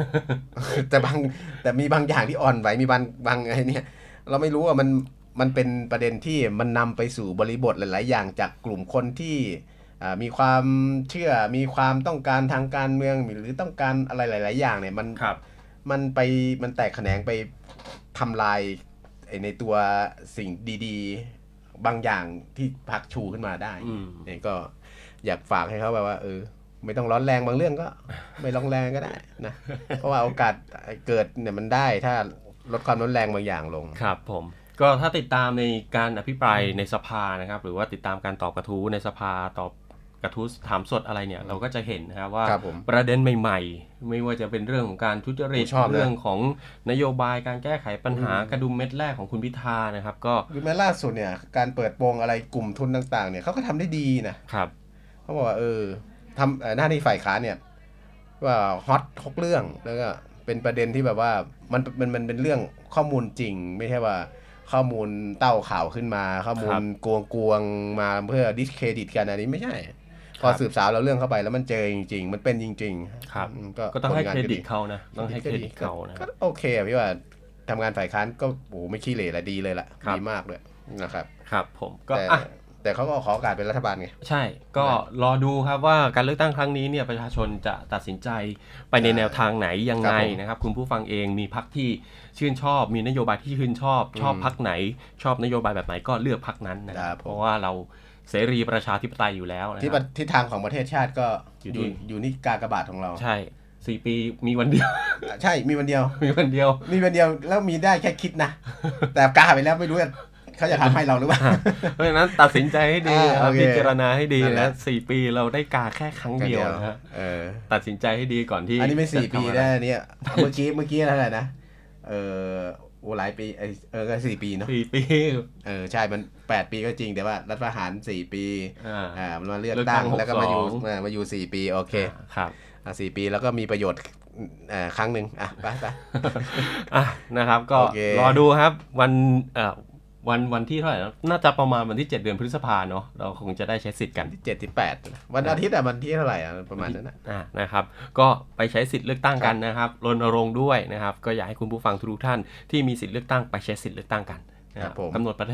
แต่มีบางอย่างที่อ่อนไหวมีบางอะไรเนี่ยเราไม่รู้ว่ามันเป็นประเด็นที่มันนำไปสู่บริบทหลายๆอย่างจากกลุ่มคนที่มีความเชื่อมีความต้องการทางการเมืองหรือต้องการอะไรหลายๆอย่างเนี่ยมันแตกแขนงไปทำลายในตัวสิ่งดีๆบางอย่างที่พรรคชูขึ้นมาได้เนี่ยก็อยากฝากให้เขาแบบว่าไม่ต้องร้อนแรงบางเรื่องก็ไม่ร้อนแรงก็ได้นะเพราะว่าโอกาสเกิดเนี่ยมันได้ถ้าลดความร้อนแรงบางอย่างลงครับผมก็ถ้าติดตามในการอภิปรายในสภานะครับหรือว่าติดตามการตอบกระทู้ในสภาตอบกระทู้ถามสดอะไรเนี่ยเราก็จะเห็นนะครับว่าประเด็นใหม่ๆไม่ว่าจะเป็นเรื่องของการทุจริตเรื่องของนโยบายการแก้ไขปัญหากระดุมเม็ดแรกของคุณพิธานะครับก็คือแม้ล่าสุดเนี่ยการเปิดโปงอะไรกลุ่มทุนต่างๆเนี่ยเขาก็ทำได้ดีนะครับเขาบอกว่าทำหน้าที่ฝ่ายค้านเนี่ยว่าฮอตทุกเรื่องแล้วก็เป็นประเด็นที่แบบว่ามันเป็นเรื่องข้อมูลจริงไม่ใช่ว่าข้อมูลเต้าข่าวขึ้นมาข้อมูลกวงมาเพื่อดิสเครดิตกันอันนี้ไม่ใช่พอสืบสาวเราเรื่องเข้าไปแล้วมันเจอจริงๆมันเป็นจริงๆครับก็ต้องให้เครดิตเขานะต้องให้เครดิตเขานะก็โอเคพี่ว่าทำงานฝ่ายค้านก็โอ้ไม่ขี้เหร่ละดีเลยล่ะดีมากเลยนะครับครับผมก็แต่เขาก็ขอโอกาสเป็นรัฐบาลไงใช่ก็รอดูครับว่าการเลือกตั้งครั้งนี้เนี่ยประชาชนจะตัดสินใจไปในแนวทางไหนยังไงนะครับคุณผู้ฟังเองมีพรรคที่ชื่นชอบมีนโยบายที่ชื่นชอบพรรคไหนชอบนโยบายแบบไหนก็เลือกพรรคนั้นนะครับเพราะว่าเราเสรีประชาธิปไตยอยู่แล้วนะครับทิศทางของประเทศชาติก็อยู่นี่กากบาทของเราใช่4ปีมีวันเดียวใช่มีวันเดียวแล้วมีได้แค่คิดนะแต่กาไปแล้วไม่รู้เขาจะทำให้เราหรือเปล่าเพราะฉะนั้นตัดสินใจให้ดีพิจารณาให้ดีนะ4ปีเราได้กาแค่ครั้งเดียวนะตัดสินใจให้ดีก่อนที่อันนี้ไม่4ปีได้เนี่ยเมื่อกี้อะไรนะหลายปีก็4ปีเนาะ 4ปีใช่มัน8ปีก็จริงแต่ว่ารัฐประหาร4ปีมันมาเลือกตั้งแล้วก็มาอยู่4ปีโอเคครับ 4ปีแล้วก็มีประโยชน์ครั้งนึงไปนะครับก็รอดูครับวันที่เท่าไหร่น่าจะประมาณวันที่7เดือนพฤษภาเนาะเราคงจะได้ใช้สิทธิ์กันที่7ที่8วันอาทิตย์วันที่เท่าไหร่ประมาณนั้นนะครับก็ไปใช้สิทธิ์เลือกตั้งกันนะครับรณรงค์ด้วยนะครับก็อยากให้คุณผู้ฟังทุกท่านที่มีสิทธิ์เลือกตั้งไปใช้สิทธิ์เลือกตั้งกันนะครับกำหนด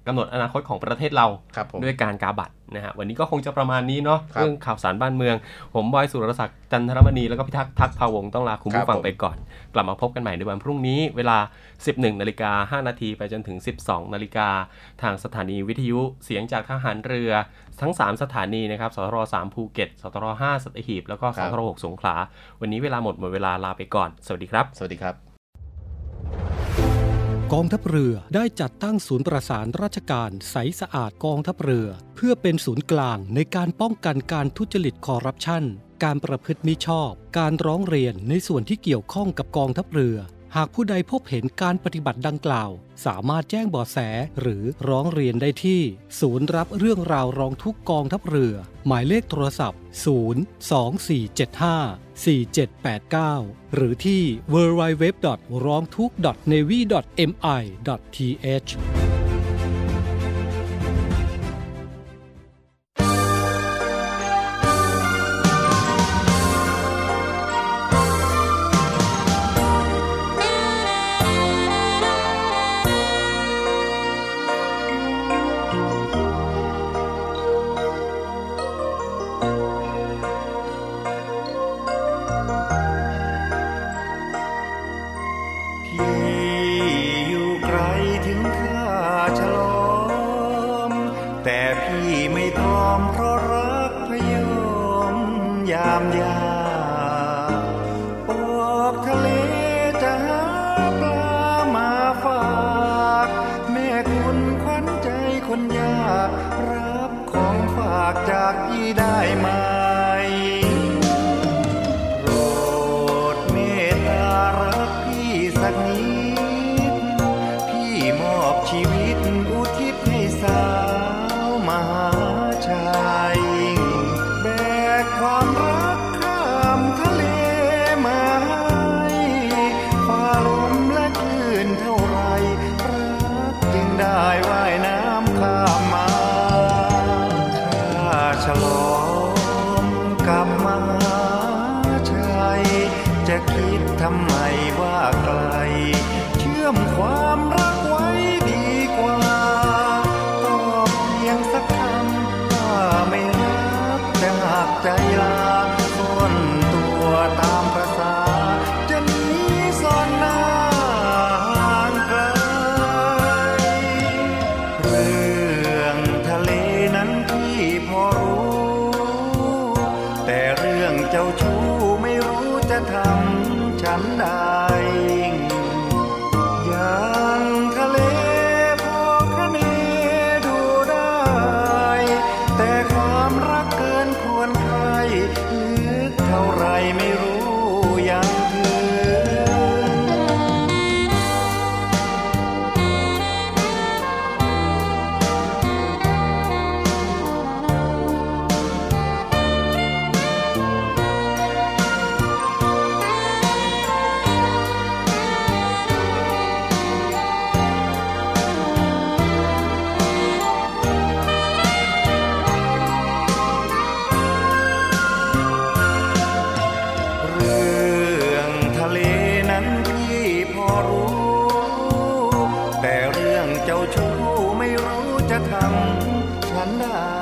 กำหนดอนาคตของประเทศเราด้วยการกาบัตรนะฮะวันนี้ก็คงจะประมาณนี้เนาะเรื่องข่าวสารบ้านเมืองผมบอยสุรศักดิ์จันทรมณีแล้วก็พิทักษ์ทักษ์ภาวงศ์ต้องลาคุณผู้ฟังไปก่อนกลับมาพบกันใหม่ในวันพรุ่งนี้เวลา 11:05 น.ไปจนถึง 12:00 น.ทางสถานีวิทยุเสียงจากทหารเรือทั้ง3สถานีนะครับสทร3ภูเก็ตสทร5สัตหีบแล้วก็สทร6สงขลาวันนี้เวลาหมดเวลาลาไปก่อนสวัสดีครับสวัสดีครับกองทัพเรือได้จัดตั้งศูนย์ประสานราชการใสสะอาดกองทัพเรือเพื่อเป็นศูนย์กลางในการป้องกันการทุจริตคอร์รัปชันการประพฤติมิชอบการร้องเรียนในส่วนที่เกี่ยวข้องกับกองทัพเรือหากผู้ใดพบเห็นการปฏิบัติดังกล่าวสามารถแจ้งเบาะแสหรือร้องเรียนได้ที่ศูนย์รับเรื่องราวร้องทุกข์กองทัพเรือหมายเลขโทรศัพท์024754789หรือที่ www.rongthuk.navy.mi.th จากพี่ได้ไหมโปรดเมตตารักพี่สักนิดพี่มอบชีวิตอุทิศให้สาวมหาชัยแบกความรักข้ามทะเลมาให้ฟ้าลมและคลื่นเท่าไรรักจึงได้ว่ายน้ำข้ามมาฉลองกับมหาชัยจะคิดทำไมว่าไกลเชื่อมความรักไว้ดีกว่าตอบเพียงสักคำว่าไม่รักจะหักใจลาซ่อนตัวตามประสาจะหนีซ่อนหน้าห่างไกลเรื่องทะเลนั้นพี่พอแต่เรื่องเจ้าชู้ไม่รู้จะทำฉันใดอย่างทะเลพอคะเนดูได้แต่ความรักเกินควรใครลึกเท่าไรไม่รู้ยังถึงเจ้าชู้ไม่รู้จะทำฉันได้